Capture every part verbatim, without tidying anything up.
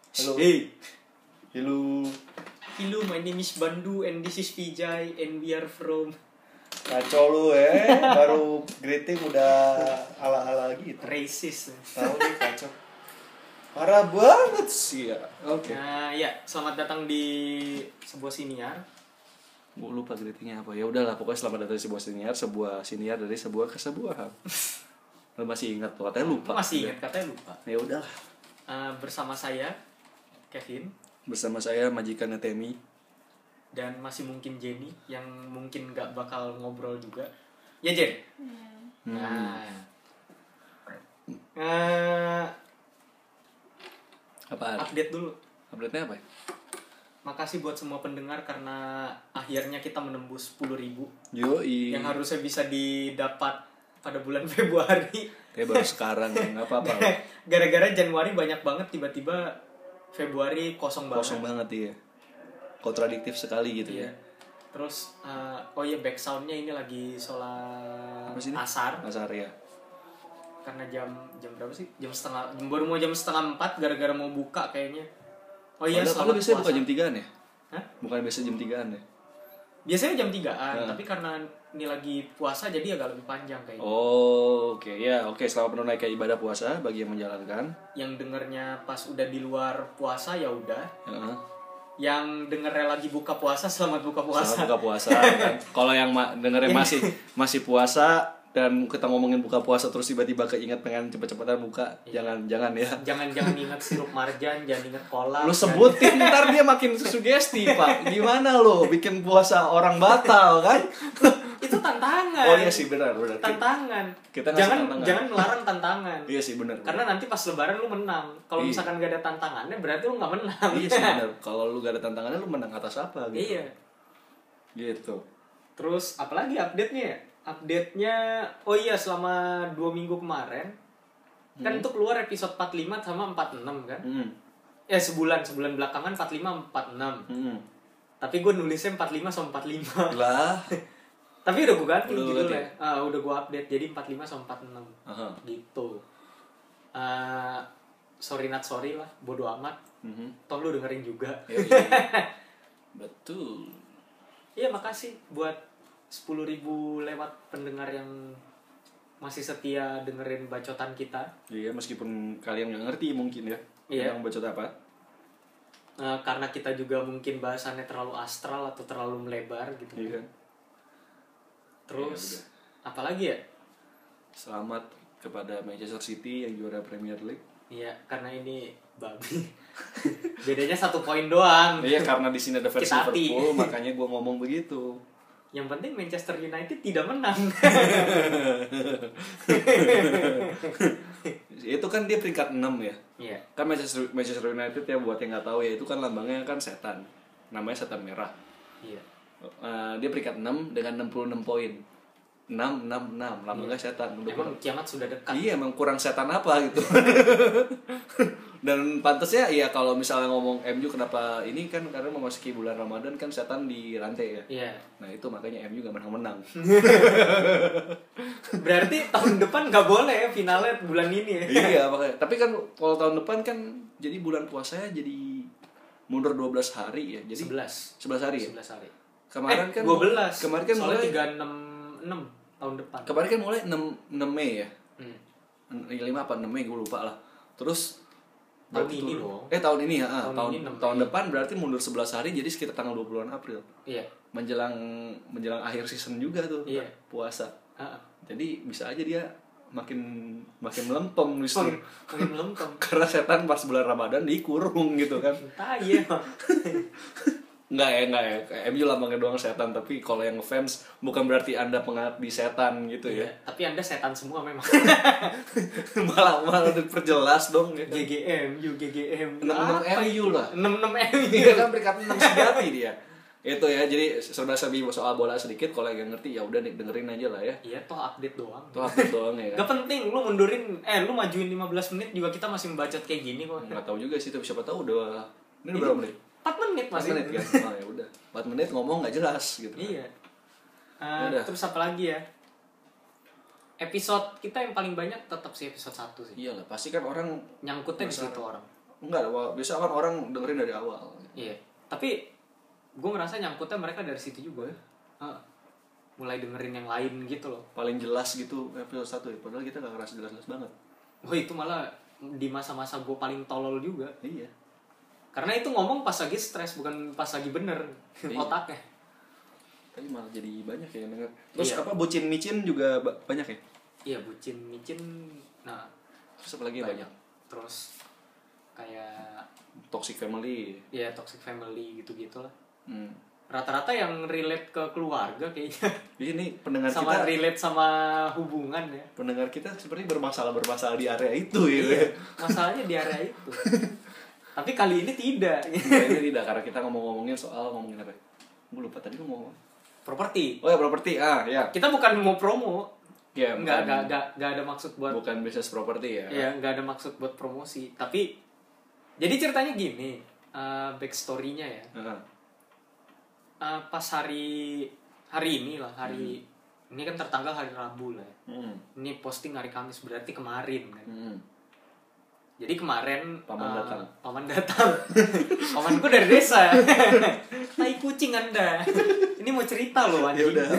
Hello. Hey. Hello. Hello, my name is Bandu and this is Vijay and we are from Kacau lu eh, baru greeting udah ala-ala gitu. Racist. Tahu nih kacau. Parah banget sih ya. Oke. Okay. Nah, ya, selamat datang di sebuah siniar. Gue lupa greetingnya apa. Ya udahlah, pokoknya selamat datang di sebuah siniar, sebuah siniar dari sebuah kesebuahan. Lu masih ingat tuh, katanya lupa. Masih ingat, katanya lupa. Ya udah. Uh, bersama saya Kevin, bersama saya majikannya Temi, dan masih mungkin Jenny yang mungkin nggak bakal ngobrol juga. Ya Jen. Hmm. Nah. Uh, Apaan? Update dulu. Update-nya apa ya? Makasih buat semua pendengar karena akhirnya kita menembus sepuluh ribu. Yoi. Yang harusnya bisa didapat pada bulan Februari. Kayak baru sekarang ya, nggak apa-apa. Gara-gara Januari banyak banget, tiba-tiba Februari kosong banget. Kosong banget iya. Kontradiktif sekali gitu iya. ya. Terus uh, oh iya, back soundnya ini lagi sholat asar. Asar ya. Karena jam jam berapa sih? Jam setengah, baru mau jam setengah empat gara-gara mau buka kayaknya. Oh iya, kalau biasanya buka jam tigaan ya? Hah? Bukan biasa jam tigaan ya? Biasanya jam tigaan, nah. tapi karena ini lagi puasa jadi agak lebih panjang kayaknya. Oh, oke okay. ya, oke. Okay. Selamat menunaikan ibadah puasa bagi yang menjalankan. Yang dengernya pas udah di luar puasa ya udah. Uh-huh. Yang dengernya lagi buka puasa, selamat buka puasa. Selamat buka puasa. Kan? Kalau yang ma- dengernya masih masih puasa dan kita ngomongin buka puasa terus tiba-tiba keinget pengen cepet-cepetan buka, iya. jangan jangan ya. Jangan jangan ingat sirup marjan, jangan ingat kolak. Lu sebutin jangan... ntar dia makin sugesti Pak. Gimana lo bikin puasa orang batal kan? Itu tantangan. Oh iya sih benar benar. Tantangan. Kita jangan tantangan. jangan melarang tantangan. Iya sih benar. Karena bener. Nanti pas lebaran lu menang. Kalau iya. misalkan gak ada tantangannya berarti lu nggak menang. Iya sih benar. Kalau lu gak ada tantangannya lu menang atas apa gitu. Iya. Gitu. Terus apalagi update-nya? Update-nya, oh iya selama dua minggu kemarin hmm. kan itu keluar episode empat puluh lima sama empat puluh enam kan? Hmm. Ya sebulan, sebulan belakangan empat puluh lima, empat puluh enam. Hmm. Tapi gue nulisnya empat puluh lima sama empat puluh lima. Lah. Tapi udah gue ganti judulnya. Uh, udah gue update jadi empat puluh lima sama empat puluh enam. Uh-huh. Gitu. Uh, sorry not sorry lah, bodo amat. Uh-huh. Toh lu dengerin juga. Betul. Iya, makasih buat sepuluh ribu lewat pendengar yang masih setia dengerin bacotan kita. Iya, meskipun kalian nggak ngerti mungkin ya. Iya. Yang bacot apa? Uh, karena kita juga mungkin bahasannya terlalu astral atau terlalu melebar gitu. Iya. Terus ya, apalagi ya? Selamat kepada Manchester City yang juara Premier League. Iya, karena ini babi. Bedanya satu poin doang. Iya, karena di sini ada versi Liverpool, makanya gue ngomong begitu. Yang penting Manchester United tidak menang. Itu kan dia peringkat enam ya. Iya. Kan Manchester Manchester United ya, buat yang nggak tahu ya, itu kan lambangnya kan setan. Namanya setan merah. Iya. Uh, dia peringkat enam dengan enam puluh enam poin. enam enam enam lambangnya iya. Setan. Udah emang kiamat sudah dekat. Iya, emang kurang setan apa gitu. Dan pantasnya ya kalau misalnya ngomong M U kenapa ini kan karena memasuki bulan Ramadan kan setan dirantai ya. Iya. Nah itu makanya M U gak menang-menang. Berarti tahun depan gak boleh ya finalnya bulan ini ya. Iya makanya. Tapi kan kalau tahun depan kan jadi bulan puasanya jadi mundur dua belas hari ya. Jadi sebelas. sebelas hari ya. sebelas hari. Kemarin eh, kan dua belas. Kemarin kan soalnya mulai tiga puluh enam enam tahun depan. Kemarin kan mulai enam Mei ya. Hmm. lima apa enam Mei gue lupa lah. Terus tahun ini turun. dong. Eh tahun ini ya, tahun tahun, ini, tahun depan berarti mundur sebelas hari jadi sekitar tanggal dua puluhan April. Iya. Menjelang menjelang akhir season juga tuh. Iya. Puasa. Uh-uh. Jadi bisa aja dia makin makin melempem makin, makin melempem. Karena setan pas bulan Ramadan dikurung gitu kan. Entah iya. Enggak ya, enggak ya. M U lambangnya doang setan, tapi kalau yang fans bukan berarti Anda pengabdi setan gitu ya. Iya, tapi Anda setan semua memang. malah malah diperjelas dong ya. G G M U, G G M U. enam enam M U lah. enam enam M U. Dia kan peringkat enam sejati dia. Itu ya, jadi serba-serbi soal bola sedikit, kalau yang ngerti ya udah dengerin aja lah ya. Iya, toh update doang. Toh update doang ya kan. Gak penting, lu mundurin, eh lu majuin lima belas menit juga kita masih membacot kayak gini kok. Enggak tahu juga sih, tapi siapa tahu udah ini udah berapa menit? empat menit masih. empat menit kan. Oh ya udah. empat menit ngomong enggak jelas gitu. Iya. Uh, terus apa lagi ya? Episode kita yang paling banyak tetap sih episode satu sih. Iyalah, pasti kan orang nyangkutnya di situ orang. Enggak, biasa kan orang dengerin dari awal. Iya. Tapi gue ngerasa nyangkutnya mereka dari situ juga ya. Uh, mulai dengerin yang lain gitu loh. Paling jelas gitu episode satu ya. Padahal kita gak ngerasa jelas-jelas banget. Oh itu malah di masa-masa gue paling tolol juga. Iya. Karena itu ngomong pas lagi stres, bukan pas lagi bener iya. Otaknya. Tapi malah jadi banyak ya yang denger. Terus iya. apa bucin micin juga banyak ya? Iya bucin micin. Nah. Terus apa lagi banyak? banyak? Terus kayak toxic family. Iya toxic family gitu-gitu lah. Hmm. Rata-rata yang relate ke keluarga kayaknya. Ini pendengar sama kita relate sama hubungan ya. Pendengar kita seperti bermasalah-bermasalah di area itu ya. Iya, masalahnya di area itu. Tapi kali ini tidak. Kali ini tidak karena kita ngomong-ngomongin soal ngomongin apa? Gue lupa tadi ngomong properti. Oh ya properti. Ah, ya. Kita bukan mau promo. Ya, enggak, enggak, enggak, enggak ada maksud buat bukan bisnis properti ya. Iya, enggak ada maksud buat promosi. Tapi jadi ceritanya gini, uh, backstory-nya ya. Uh-huh. Uh, pas hari hari ini lah, hari hmm. ini kan tertanggal hari Rabu lah. Ya. Hmm. Ini posting hari Kamis berarti kemarin kan. Hmm. Jadi kemarin paman uh, datang. Paman datang. Pamanku dari desa. Tai kucing Anda. Ini mau cerita loh anjing. Ya udah.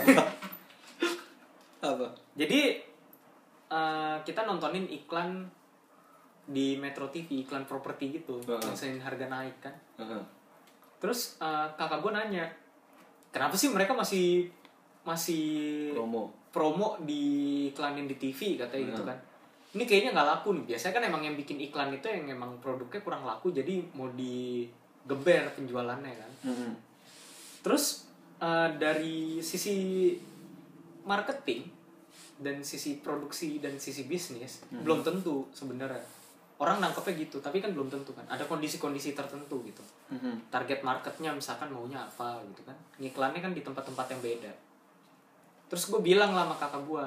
Apa? Jadi uh, kita nontonin iklan di Metro T V, iklan properti gitu, uh-huh. Misalnya harga naik kan. Uh-huh. Terus uh, kakak gue nanya, kenapa sih mereka masih masih promo promo di iklanin di T V katanya uh-huh. Gitu kan. Ini kayaknya nggak laku nih. Biasanya kan emang yang bikin iklan itu yang emang produknya kurang laku, jadi mau digeber penjualannya kan. Uh-huh. Terus uh, dari sisi marketing dan sisi produksi dan sisi bisnis hmm. belum tentu sebenarnya orang nangkepnya gitu, tapi kan belum tentu kan ada kondisi-kondisi tertentu gitu. Hmm. Target marketnya misalkan maunya apa gitu kan, ngiklannya kan di tempat-tempat yang beda. Terus gue bilang lah sama kakak gue,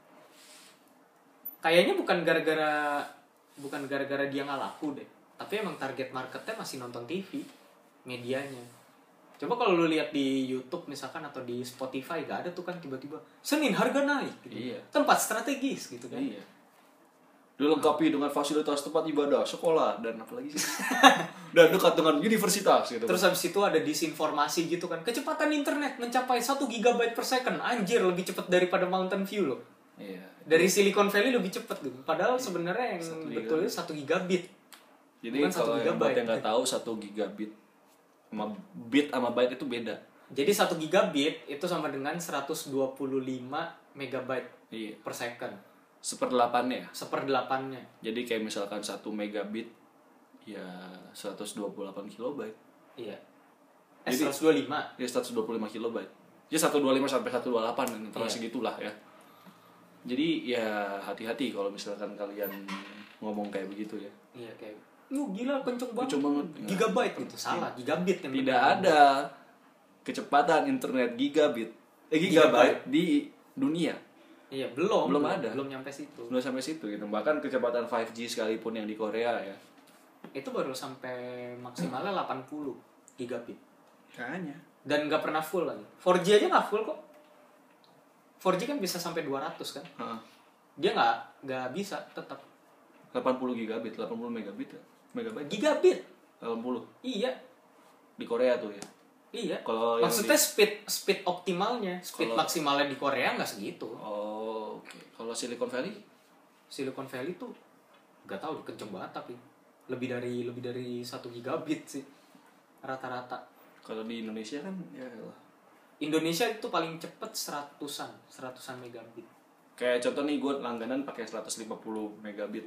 kayaknya bukan gara-gara bukan gara-gara dia nggak laku deh, tapi emang target marketnya masih nonton T V medianya. Coba kalau lu lihat di YouTube misalkan atau di Spotify gak ada tuh kan tiba-tiba Senin harga naik gitu. Iya. Tempat strategis gitu kan. Iya. Dilengkapi dengan fasilitas tempat ibadah, sekolah dan apa lagi sih? Dan dekat dengan universitas gitu. Terus habis itu ada disinformasi gitu kan. Kecepatan internet mencapai satu gigabyte per second. Anjir, lebih cepat daripada Mountain View loh. Iya. Dari Silicon Valley lebih cepat gitu. Padahal sebenarnya yang betulnya satu gigabit. Jadi kalau yang buat yang nggak tahu satu gigabit sama bit sama byte itu beda. Jadi satu gigabit itu sama dengan seratus dua puluh lima megabyte iya. Per second. Seperdelapannya. Seperdelapannya. Jadi kayak misalkan satu megabit ya seratus dua puluh delapan kilobyte. Iya. Eh jadi, seratus dua puluh lima. Ya seratus dua puluh lima kilobyte. Jadi seratus dua puluh lima sampai seratus dua puluh delapan antara iya. Segitulah ya. Jadi ya hati-hati kalau misalkan kalian ngomong kayak begitu ya. Iya kayak lu gila kenceng banget. Kenceng banget. Gigabyte gitu. Salah, gigabit yang tidak benar. Ada kecepatan internet gigabit. Eh gigabyte, gigabyte di dunia. Iya, belum. Belum ada. Belum nyampe situ. Belum sampai situ gitu. Bahkan kecepatan lima G sekalipun yang di Korea ya. Itu baru sampai maksimalnya delapan puluh gigabit. Kayaknya. Dan enggak pernah full lagi. empat G aja enggak full kok. empat G kan bisa sampai dua ratus kan? Heeh. Dia enggak enggak bisa tetap delapan puluh gigabit, delapan puluh megabit ya. Megabyte. Gigabit. delapan puluh. Iya. Di Korea tuh ya. Iya. Kalau maksudnya di... speed speed optimalnya, speed kalo... maksimalnya di Korea nggak segitu. Oh, oke. Okay. Kalau Silicon Valley? Silicon Valley tuh nggak tahu kenceng banget tapi lebih dari lebih dari satu gigabit sih rata-rata. Kalau di Indonesia kan ya lah. Indonesia itu paling cepet seratusan, seratusan megabit. Kayak contoh nih gue langganan pakai seratus lima puluh megabit.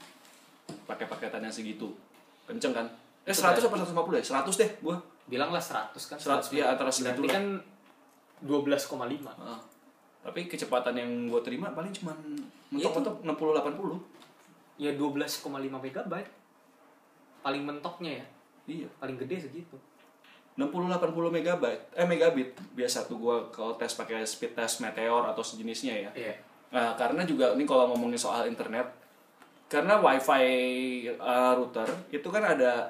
Pakai paketan yang segitu. Kenceng kan? Eh seratus apa seratus lima puluh ya? seratus deh gua. Bilanglah seratus kan. seratus ya antara segitu. Berarti kan dua belas koma lima. Uh, tapi kecepatan yang gua terima paling cuma mentok-mentok enam puluh delapan puluh. Ya dua belas koma lima megabyte. Paling mentoknya ya. Iya, paling gede segitu. enam puluh delapan puluh megabyte. Eh megabit. Biasa tuh gua kalau tes pakai speed test Meteor atau sejenisnya ya. Iya. Nah, karena juga ini kalau ngomongin soal internet, karena wifi uh, router itu kan ada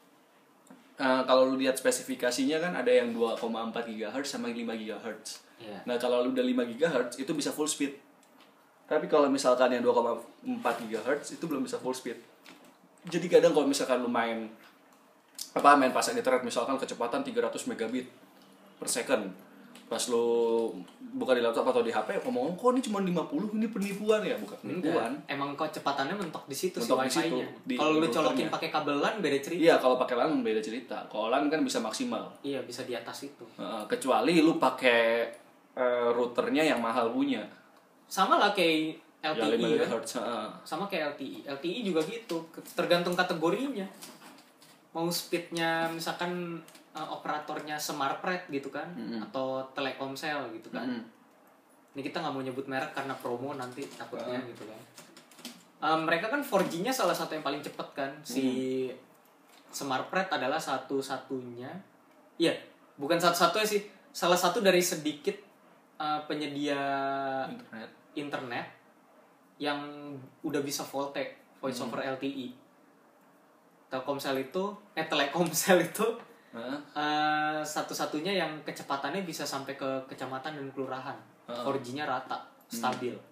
uh, kalau lu lihat spesifikasinya kan ada yang dua koma empat gigahertz sama lima gigahertz. Yeah. Nah kalau lu udah lima gigahertz itu bisa full speed. Tapi kalau misalkan yang dua koma empat gigahertz itu belum bisa full speed. Jadi kadang kalau misalkan lu main apa main pasang internet misalkan kecepatan tiga ratus megabit per second, pas lu buka di laptop atau di H P ngomong kok ini cuma lima puluh, ini penipuan ya, bukan penipuan. Enggak. Emang kecepatannya mentok di situ Mentok si di situ, wifi-nya. di Kalau lu routernya. colokin pakai kabel LAN beda cerita. Iya, kalau pakai LAN beda cerita. Kalau LAN kan bisa maksimal. Iya, bisa di atas itu. Uh, kecuali lu pakai uh, routernya yang mahal punya. Sama lah kayak L T E Ya, lima kan. gigahertz, uh. Sama kayak L T E. L T E juga gitu, tergantung kategorinya. Mau speednya misalkan uh, operatornya Smartpret gitu kan, Mm-hmm. atau Telkomsel gitu kan. Mm-hmm. Ini kita nggak mau nyebut merek karena promo nanti takutnya Uh. gitu kan. Um, mereka kan four G-nya salah satu yang paling cepet kan. Si Mm. Smartpret adalah satu-satunya, iya, bukan satu-satunya sih, salah satu dari sedikit uh, penyedia Internet. internet yang udah bisa VoLTE, voice over L T E. Telkomsel itu, eh Telekomsel itu Uh. uh, satu-satunya yang kecepatannya bisa sampai ke kecamatan dan kelurahan. Uh. four G-nya rata, stabil. Hmm.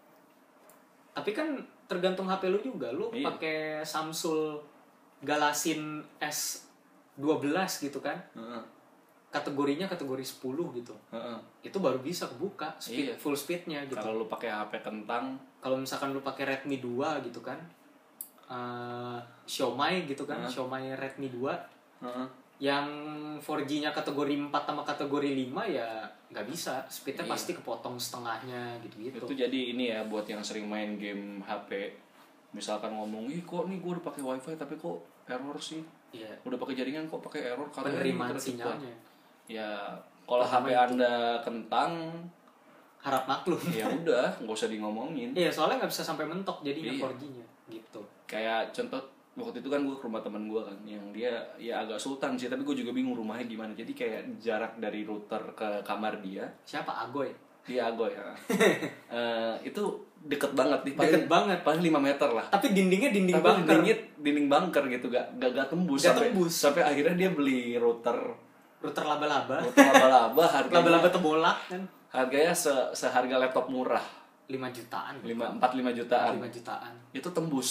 Tapi kan tergantung H P lu juga, lu Iya. pakai Samsung Galasin S dua belas gitu kan. Uh. Kategorinya kategori sepuluh gitu. Uh. Itu baru bisa kebuka speed, Iya. full speednya gitu. Kalau lu pakai H P kentang, Kalau misalkan lu pakai Redmi dua gitu kan, uh, Xiaomi gitu kan, Uh. Xiaomi Redmi dua, uh. yang four G-nya kategori empat sama kategori lima ya nggak bisa, speednya Iya. pasti kepotong setengahnya gitu-gitu. Itu jadi ini ya buat yang sering main game H P, misalkan ngomong, ih kok nih gue udah pakai wifi tapi kok error sih, Iya. udah pakai jaringan kok pakai error, katanya Penerimaan ini tercepat. sinyalnya. Ya kalau H P Pertama itu. anda kentang, Harap maklum. ya udah nggak usah di ngomongin. Iya, soalnya nggak bisa sampai mentok jadinya Iya. four G-nya gitu. Kayak contoh waktu itu kan gue ke rumah teman gue kan, yang dia ya agak sultan sih, tapi gue juga bingung rumahnya gimana. Jadi kayak jarak dari router ke kamar dia, Siapa Agoy? dia agoy ya. uh, itu deket banget nih, Deket banget. paling lima meter lah. Tapi dindingnya dinding Tapi bunker. dindingnya dinding bunker gitu, gak gak, gak tembus Gak sampai tembus. sampai akhirnya dia beli router Router laba-laba. router laba-laba harganya Laba-laba tebolak kan. harganya se seharga laptop murah lima jutaan. lima empat lima jutaan. lima jutaan. Itu tembus.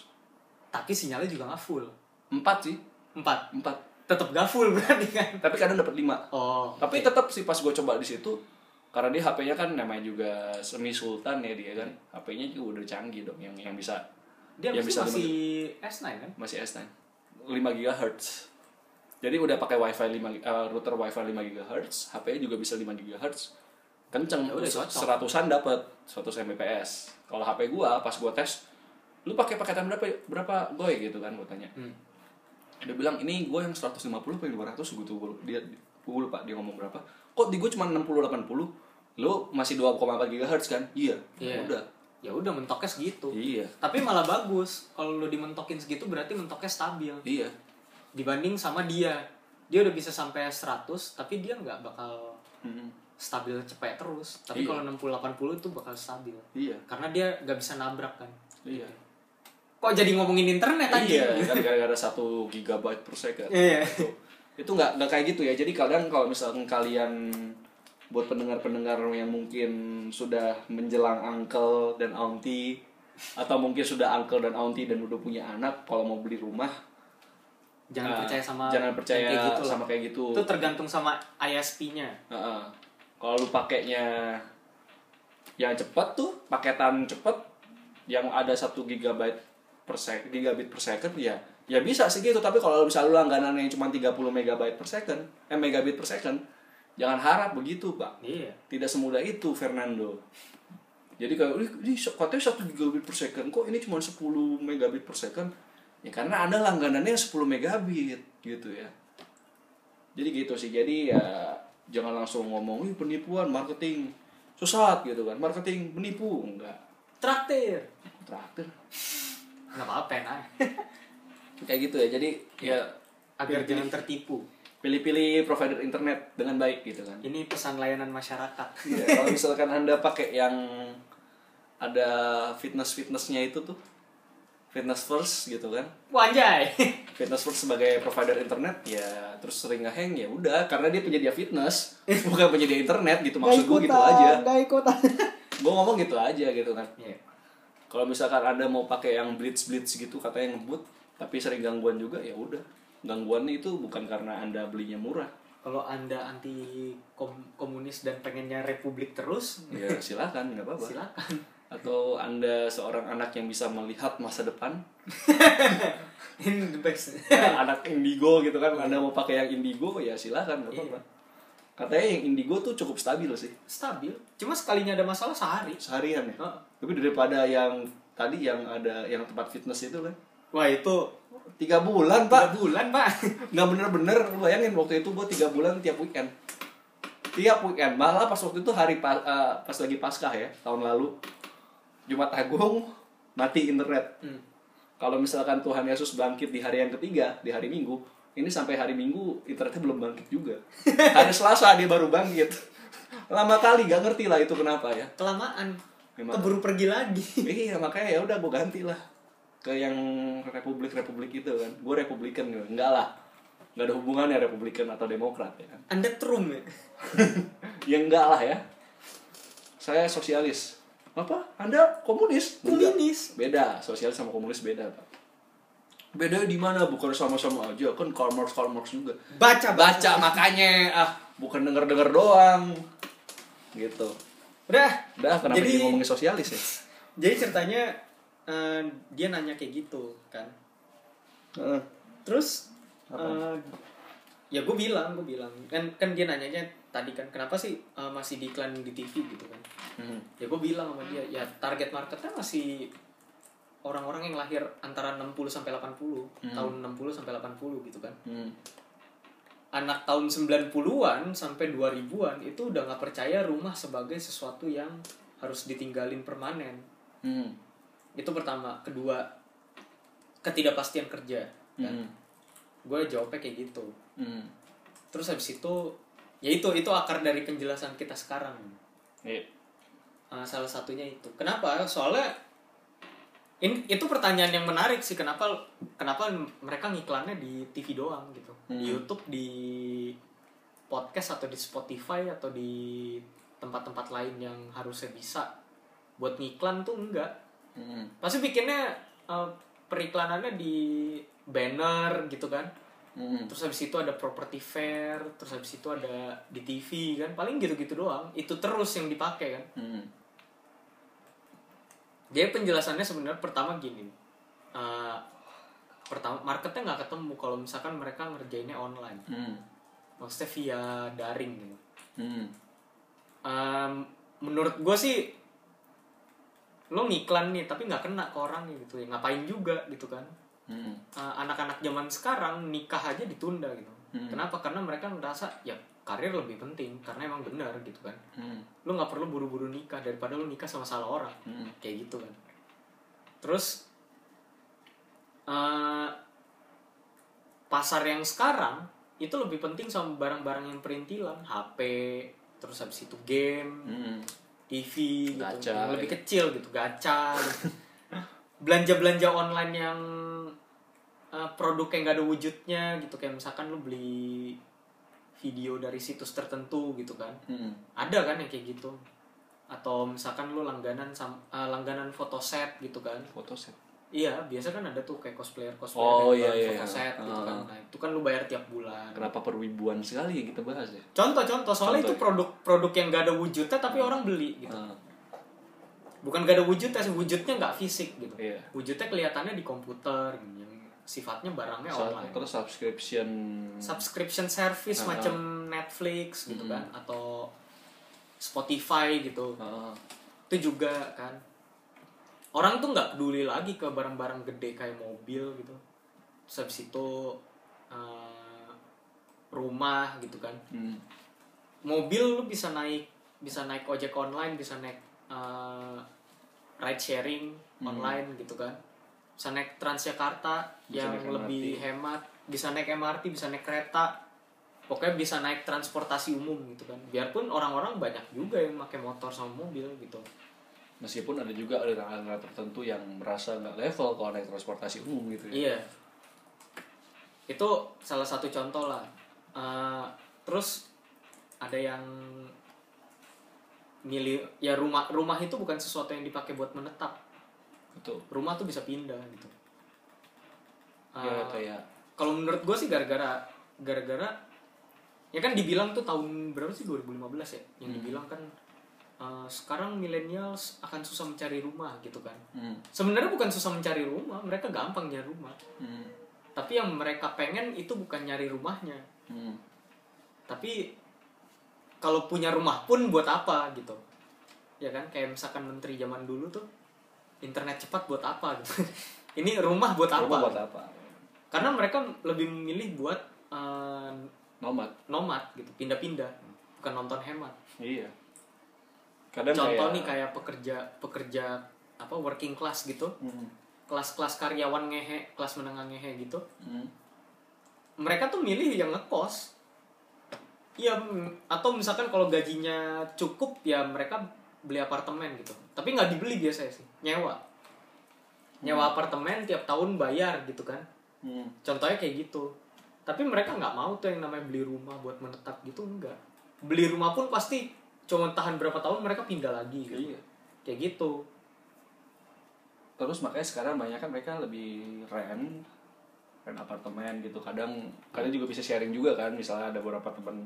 Tapi sinyalnya juga nggak full. Empat sih, Empat. empat. Tetap nggak full berarti kan. Tapi kadang dapat lima. Oh. Tapi tetap sih pas gue coba di situ, karena dia H P-nya kan namanya juga semi sultan ya dia kan. H P-nya juga udah canggih dong, yang yang bisa Dia yang masih, bisa masih S nine kan? masih S nine lima gigahertz. Jadi udah pakai wifi lima uh, router wifi lima gigahertz, H P-nya juga bisa lima gigahertz. Kenceng, Ya udah, se- cocok. seratusan dapat, seratus megabits. Kalau H P gua pas gua tes, lu pakai paketan berapa berapa goy gitu kan gua tanya. Hmm. Dia bilang ini gua yang seratus lima puluh apa yang dua ratus gitu. Dia gua lupa dia ngomong berapa. Kok di gua cuma enam puluh delapan puluh? Lu masih dua koma empat gigahertz kan? Iya. Iya. Udah. Ya udah mentoknya segitu. Iya. Tapi malah bagus. Kalau lu dimentokin segitu berarti mentoknya stabil. Iya. Dibanding sama dia. Dia udah bisa sampai seratus tapi dia nggak bakal Mm-mm. stabil cepet terus. Tapi Iya. kalau enam puluh delapan puluh itu bakal stabil. Iya. Karena dia nggak bisa nabrak kan. Iya. Kok jadi ngomongin internet aja? Iya, kan gara-gara satu gigabyte per second. Iya. Itu, itu nggak nggak kayak gitu ya. Jadi kadang kalau misalkan kalian buat pendengar-pendengar yang mungkin sudah menjelang uncle dan auntie, atau mungkin sudah uncle dan auntie dan udah punya anak, kalau mau beli rumah Jangan nah, percaya sama jangan percaya yang kayak gitu lah. sama kayak gitu. Itu tergantung sama I S P-nya. Heeh. Kalau lu pakainya yang cepat tuh, paketan cepat yang ada satu gigabyte per second, gigabit per second ya, ya bisa sih gitu. Tapi kalau misalnya lu langganan yang cuma tiga puluh megabyte per second, eh megabit per second, jangan harap begitu, Pak. Iya. Tidak semudah itu, Fernando. Jadi kalau ini katanya satu gigabit per second, kok ini cuma sepuluh megabit per second? Ya karena Anda langganannya sepuluh megabit gitu ya. Jadi gitu sih. Jadi ya jangan langsung ngomong, "Ih, penipuan, marketing sesat" gitu kan. Marketing penipu, enggak. Traktir. Traktir. Nggak apa-apa, nah. Kayak gitu ya. Jadi ya Agar pilih-pilih- jangan tertipu. pilih-pilih provider internet dengan baik gitu kan. Ini pesan layanan masyarakat. Iya, kalau misalkan Anda pakai yang ada fitness-fitnessnya itu tuh, fitness first gitu kan. Wanjay. Fitness first sebagai provider internet ya terus sering ngehang ya udah karena dia penyedia fitness bukan penyedia internet gitu, maksud gue gitu aja. Nggak ikutan. Gue ngomong gitu aja gitu kan. Iya. Kalau misalkan Anda mau pakai yang blitz blitz gitu katanya ngebut, tapi sering gangguan juga, ya udah. Gangguannya itu bukan karena Anda belinya murah. Kalau Anda anti kom- komunis dan pengennya republik terus, ya silakan, nggak apa-apa. Silakan. Atau Anda seorang anak yang bisa melihat masa depan. Ini the best. Ya, anak indigo gitu kan, Anda mau pakai yang indigo ya silakan, nggak apa-apa. Katanya yang indigo tuh cukup stabil sih. Stabil. Cuma sekalinya ada masalah sehari. Seharian ya. Oh. Tapi daripada yang tadi yang ada yang tempat fitness itu kan. Wah itu Tiga bulan pak. tiga bulan pak. Nggak bener-bener, lu bayangin waktu itu buat tiga bulan tiap weekend. Tiap weekend, malah pas waktu itu hari pas, uh, pas lagi Paskah ya tahun lalu, Jumat Agung mati internet. Hmm. Kalau misalkan Tuhan Yesus bangkit di hari yang ketiga, di hari Minggu, ini sampai hari Minggu internetnya belum bangkit juga. Hari Selasa dia baru bangkit. Lama kali, gak ngerti lah itu kenapa ya. Kelamaan. Memang. Keburu pergi lagi. Iya makanya ya udah gue ganti lah ke yang republik-republik itu kan. Gue Republikan gitu. Enggak lah. Enggak ada hubungannya Republikan atau Demokrat ya kan. Anda Trump ya? Ya enggak lah ya. Saya sosialis. Apa? Anda komunis? Komunis. Beda, sosialis sama komunis beda, Pak. Beda di mana? Bukan sama-sama aja, kan Karl Marx Karl Marx juga. Baca baca, baca makanya ah, bukan denger-denger doang. Gitu. Udah. Udah, kenapa jadi, dia ngomongin sosialis ya? Jadi ceritanya uh, dia nanya kayak gitu kan. Uh, Terus uh, ya gue bilang, gue bilang kan kan dia nanyanya tadi kan kenapa sih uh, masih diiklan di T V gitu kan. Hmm. Ya gue bilang sama dia ya target marketnya masih orang-orang yang lahir antara enam puluh sampai delapan puluh, hmm. tahun enam puluh sampai delapan puluh gitu kan. Hmm. Anak tahun sembilan puluhan sampai dua ribuan itu udah gak percaya rumah sebagai sesuatu yang harus ditinggalin permanen. Hmm. Itu pertama. Kedua, ketidakpastian kerja kan. Hmm. Gue jawabnya kayak gitu. Hmm. Terus habis itu ya itu itu akar dari penjelasan kita sekarang. Yeah. Uh, salah satunya itu. Kenapa? Soalnya ini itu pertanyaan yang menarik sih, kenapa kenapa mereka ngiklannya di T V doang gitu. Hmm. Di YouTube, di podcast atau di Spotify atau di tempat-tempat lain yang harusnya bisa buat ngiklan tuh enggak. Hmm. Pasti bikinnya uh, periklanannya di banner gitu kan. Hmm. Terus habis itu ada property fair, terus habis itu ada di T V kan, paling gitu-gitu doang. Itu terus yang dipakai kan. Hmm. Jadi penjelasannya sebenarnya pertama gini, uh, pertama marketnya nggak ketemu kalau misalkan mereka ngerjainnya online, hmm. maksudnya via daring gitu. Hmm. Um, menurut gue sih lo ngiklan nih tapi nggak kena ke orangnya gitu ya, ngapain juga gitu kan. Hmm. Uh, anak-anak zaman sekarang nikah aja ditunda gitu. Hmm. Kenapa? Karena mereka ngerasa ya karir lebih penting karena emang benar gitu kan. Hmm. Lu nggak perlu buru-buru nikah daripada lu nikah sama salah orang. Hmm. Kayak gitu kan. Terus uh, pasar yang sekarang itu lebih penting sama barang-barang yang perintilan, H P, terus habis itu game, hmm. T V gitu, gacha, yang lebih ya. Kecil gitu, gacha gitu. Belanja-belanja online yang uh, produk yang gak ada wujudnya gitu, kayak misalkan lu beli video dari situs tertentu gitu kan. Hmm. Ada kan yang kayak gitu. Atau misalkan lu langganan uh, langganan fotoset gitu kan. Fotoset. Iya, biasa kan ada tuh kayak cosplayer-cosplayer oh, iya, iya, fotoset iya. gitu uh. kan. Nah, itu kan lu bayar tiap bulan. Kenapa perwibuan sekali yang kita bahas ya? Contoh-contoh, soalnya contoh, itu produk-produk yang gak ada wujudnya tapi uh. orang beli gitu. Uh. Bukan gak ada wujudnya, wujudnya gak fisik gitu. Yeah. Wujudnya kelihatannya di komputer gitu. Sifatnya barangnya so, online. Terus subscription subscription service uh-huh. macam Netflix gitu mm-hmm. kan, atau Spotify gitu. Uh-huh. Itu juga kan. Orang tuh nggak peduli lagi ke barang-barang gede kayak mobil gitu. Terus habis itu uh, rumah gitu kan. Mm. Mobil lu bisa naik bisa naik ojek online, bisa naik uh, ride sharing mm. online gitu kan. Bisa naik Transjakarta bisa yang naik lebih hemat, bisa naik M R T, bisa naik kereta, pokoknya bisa naik transportasi umum gitu kan. Biarpun orang-orang banyak juga yang pakai motor sama mobil gitu. Meskipun ada juga aliran-aliran tertentu yang merasa nggak level kalau naik transportasi umum gitu ya. Iya. Itu salah satu contoh lah. Uh, terus ada yang milih ya rumah rumah itu bukan sesuatu yang dipakai buat menetap. Betul. Rumah tuh bisa pindah gitu. Uh, ya kayak kalau menurut gue sih gara-gara gara-gara ya kan dibilang tuh tahun berapa sih dua ribu lima belas ya yang hmm. dibilang kan uh, sekarang millennials akan susah mencari rumah gitu kan. Hmm. Sebenarnya bukan susah mencari rumah, mereka gampang nyari rumah. Hmm. Tapi yang mereka pengen itu bukan nyari rumahnya. Hmm. Tapi kalau punya rumah pun buat apa gitu. Ya kan kayak misalkan menteri zaman dulu tuh internet cepat buat apa gitu. Ini rumah buat apa? Rumah buat apa? Karena mereka lebih memilih buat uh, nomad, nomad gitu, pindah-pindah, bukan nonton hemat. Iya. Kadang contoh kayak... nih kayak pekerja pekerja apa working class gitu, hmm. kelas-kelas karyawan ngehe, kelas menengah ngehe gitu. Hmm. Mereka tuh milih yang ngekos. Iya, atau misalkan kalau gajinya cukup ya mereka beli apartemen gitu. Tapi nggak dibeli biasanya sih, nyewa. Nyewa hmm. apartemen tiap tahun bayar gitu kan. Hmm. Contohnya kayak gitu. Tapi mereka nggak mau tuh yang namanya beli rumah buat menetap gitu, enggak. Beli rumah pun pasti cuma tahan berapa tahun mereka pindah lagi gitu. Iya. Kayak gitu. Terus makanya sekarang banyak kan mereka lebih rent rent apartemen gitu. Kadang kadang juga bisa sharing juga kan, misalnya ada beberapa teman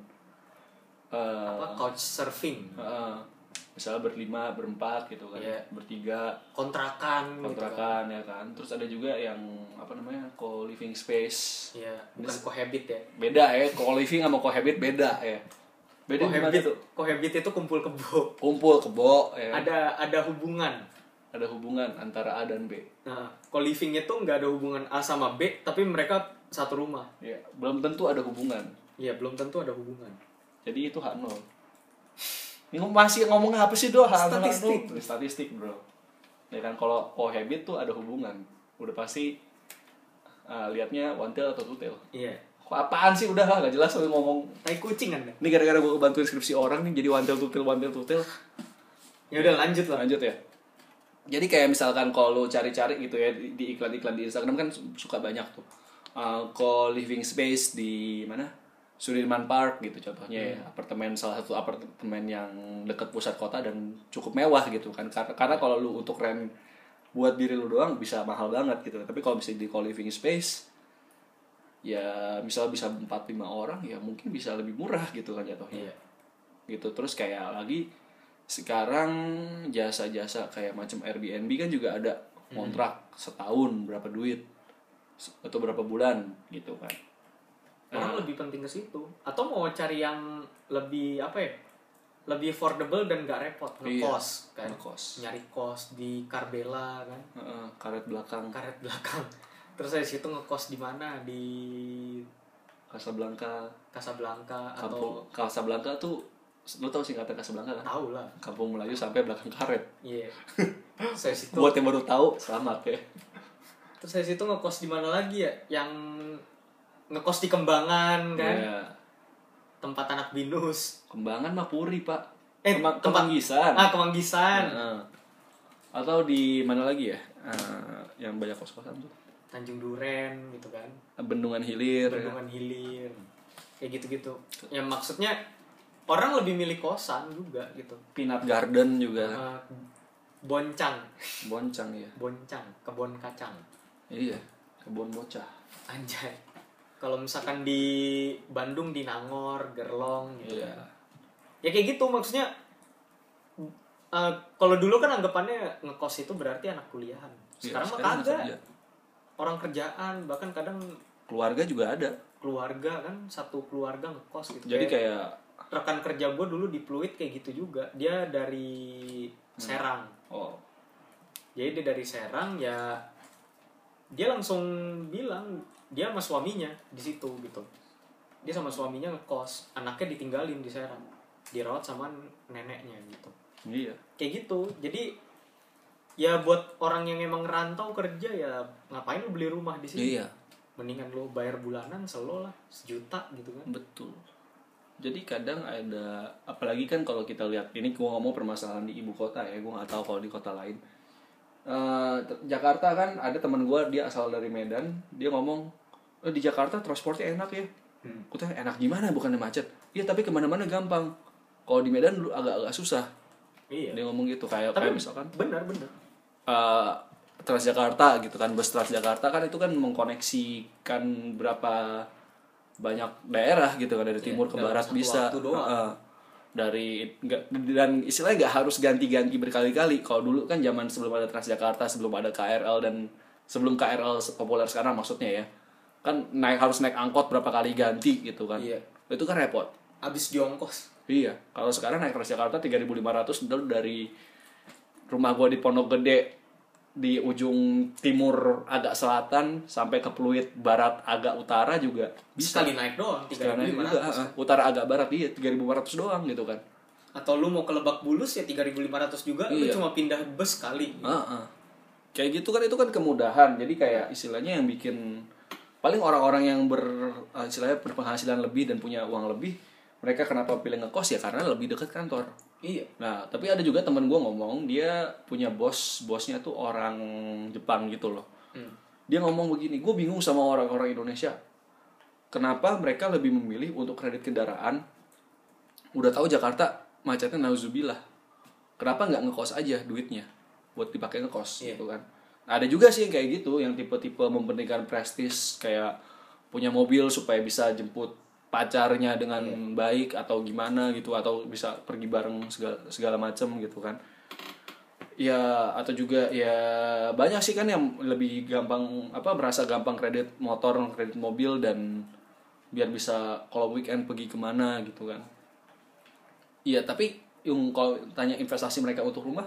uh, apa couch surfing. Uh, misalnya berlima, berempat gitu kan, yeah. bertiga kontrakan kontrakan gitu kan. Ya kan. Terus ada juga yang apa namanya co-living space. Iya, yeah, bukan cohabit ya. Beda ya, co-living sama cohabit beda ya. Beda cohabit itu. Cohabit itu kumpul kebo. Kumpul kebo ya. Ada ada hubungan. Ada hubungan antara A dan B. Nah, co-living itu nggak ada hubungan A sama B, tapi mereka satu rumah. Iya, belum tentu ada hubungan. Iya, belum tentu ada hubungan. Jadi itu hak nol. Ini masih ngomong apa sih doh? Statistik. Statistik bro. Ya kan kalau cohabit tuh ada hubungan. Udah pasti uh, liatnya one tail atau two tail. Iya. Kok apaan sih udah lah gak jelas lu ngomong. Tai kucing kan? Ini gara-gara gue bantuin skripsi orang nih jadi one tail two tail one tail two tail. Ya udah lanjut lah. Lanjut ya. Jadi kayak misalkan kalau lu cari-cari gitu ya di, di iklan-iklan di Instagram kan suka banyak tuh. Uh, co-living space di mana? Sudirman Park gitu contohnya hmm. ya, apartemen salah satu apartemen yang dekat pusat kota dan cukup mewah gitu kan. Karena karena kalau lu untuk rent buat diri lu doang bisa mahal banget gitu. Tapi kalau bisa di co-living space ya misal bisa empat lima orang ya mungkin bisa lebih murah gitu kan jatuhnya. Yeah. Gitu. Terus kayak lagi sekarang jasa-jasa kayak macam Airbnb kan juga ada kontrak hmm. setahun berapa duit atau berapa bulan gitu kan. Orang nah. lebih penting ke situ. Atau mau cari yang lebih apa ya? Lebih affordable dan gak repot, ngekos iya, kan. Ngekos. Nyari kos di Karbela kan. Uh, karet belakang. Karet belakang. Terus dari situ ngekos di mana? Di Casablanca. Casablanca Kampung, atau Casablanca tuh lu tahu singkatan Casablanca kan? Tahu lah. Kampung Melayu sampai belakang karet. Iya. Yeah. Saya situ. Buat yang baru tahu, selamat ya. Terus saya situ ngekos di mana lagi ya? Yang ngekos di Kembangan kan, yeah. tempat anak binus. Kembangan mah Puri pak, eh Kemang, tempat Kemanggisan. Ah Kemanggisan. Nah, atau di mana lagi ya, uh, yang banyak kos-kosan tuh. Tanjung Duren gitu kan. Bendungan Hilir. Bendungan ya. Hilir, kayak gitu-gitu. Yang maksudnya orang lebih milih kosan juga gitu. Peanut Garden juga. Uh, Boncang. Boncang ya. Boncang, kebun kacang. Iya, kebun bocah. Anjay. Kalau misalkan di Bandung di Nangor, Gerlong gitu. Yeah. Ya kayak gitu maksudnya. Uh, kalau dulu kan anggapannya ngekos itu berarti anak kuliahan. Sekarang yeah, mah kagak. Kerja. Orang kerjaan, bahkan kadang keluarga juga ada. Keluarga kan, satu keluarga ngekos gitu. Jadi kayak, kayak rekan kerja gue dulu di Pluit kayak gitu juga. Dia dari Serang. Hmm. Oh. Jadi dia dari Serang ya dia langsung bilang dia sama suaminya di situ gitu. Dia sama suaminya ngekos, anaknya ditinggalin di Serang, dirawat sama neneknya gitu. Iya. Kayak gitu. Jadi ya buat orang yang emang rantau kerja ya ngapain lu beli rumah di sini? Iya. Mendingan lu bayar bulanan selo lah, sejuta gitu kan. Betul. Jadi kadang ada, apalagi kan kalau kita lihat ini gua ngomong permasalahan di ibu kota ya, gua nggak tahu kalau di kota lain. Uh, Jakarta kan ada teman gua dia asal dari Medan, dia ngomong oh, di Jakarta transportnya enak ya. Hmm. Kutanya enak gimana bukannya macet? Iya tapi kemana-mana gampang. Kalau di Medan dulu agak-agak susah. Iya. Dia ngomong gitu kayak tapi kayak misalkan. Benar benar. Uh, Transjakarta gitu kan, bus Transjakarta kan itu kan mengkoneksikan berapa banyak daerah gitu kan, dari timur ya, ke barat bisa. Uh, dari nggak, dan istilahnya nggak harus ganti-ganti berkali-kali. Kalau dulu kan zaman sebelum ada Transjakarta, sebelum ada K R L, dan sebelum K R L populer sekarang maksudnya ya, kan naik harus naik angkot berapa kali ganti gitu kan. Iya. Itu kan repot. Habis di ongkos. Iya. Kalau sekarang naik Transjakarta tiga ribu lima ratus dari rumah gua di Pondok Gede di ujung timur agak selatan sampai ke Pluit barat agak utara juga bisa. Sekali naik doang tiga ribu lima ratus. Uh, utara agak barat iya tiga ribu lima ratus doang gitu kan. Atau lu mau ke Lebak Bulus ya tiga ribu lima ratus juga, iya. Lu cuma pindah bus kali. Uh, uh. Kayak gitu kan, itu kan kemudahan. Jadi kayak istilahnya yang bikin paling orang-orang yang ber uh, istilahnya berpenghasilan lebih dan punya uang lebih, mereka kenapa pilih ngekos ya karena lebih dekat kantor. Iya. Nah, tapi ada juga teman gue ngomong, dia punya bos, bosnya tuh orang Jepang gitu loh. Hmm. Dia ngomong begini, gue bingung sama orang-orang Indonesia. Kenapa mereka lebih memilih untuk kredit kendaraan? Udah tahu Jakarta macetnya nauzubillah. Kenapa nggak ngekos aja duitnya buat dipakai ngekos iya. gitu kan? Nah, ada juga sih kayak gitu, yang tipe-tipe mementingkan prestis, kayak punya mobil supaya bisa jemput pacarnya dengan yeah. baik atau gimana gitu, atau bisa pergi bareng segala segala macam gitu kan. Ya, atau juga ya banyak sih kan yang lebih gampang apa merasa gampang kredit motor, kredit mobil, dan biar bisa kalau weekend pergi kemana gitu kan. Iya, tapi yang kalau tanya investasi mereka untuk rumah,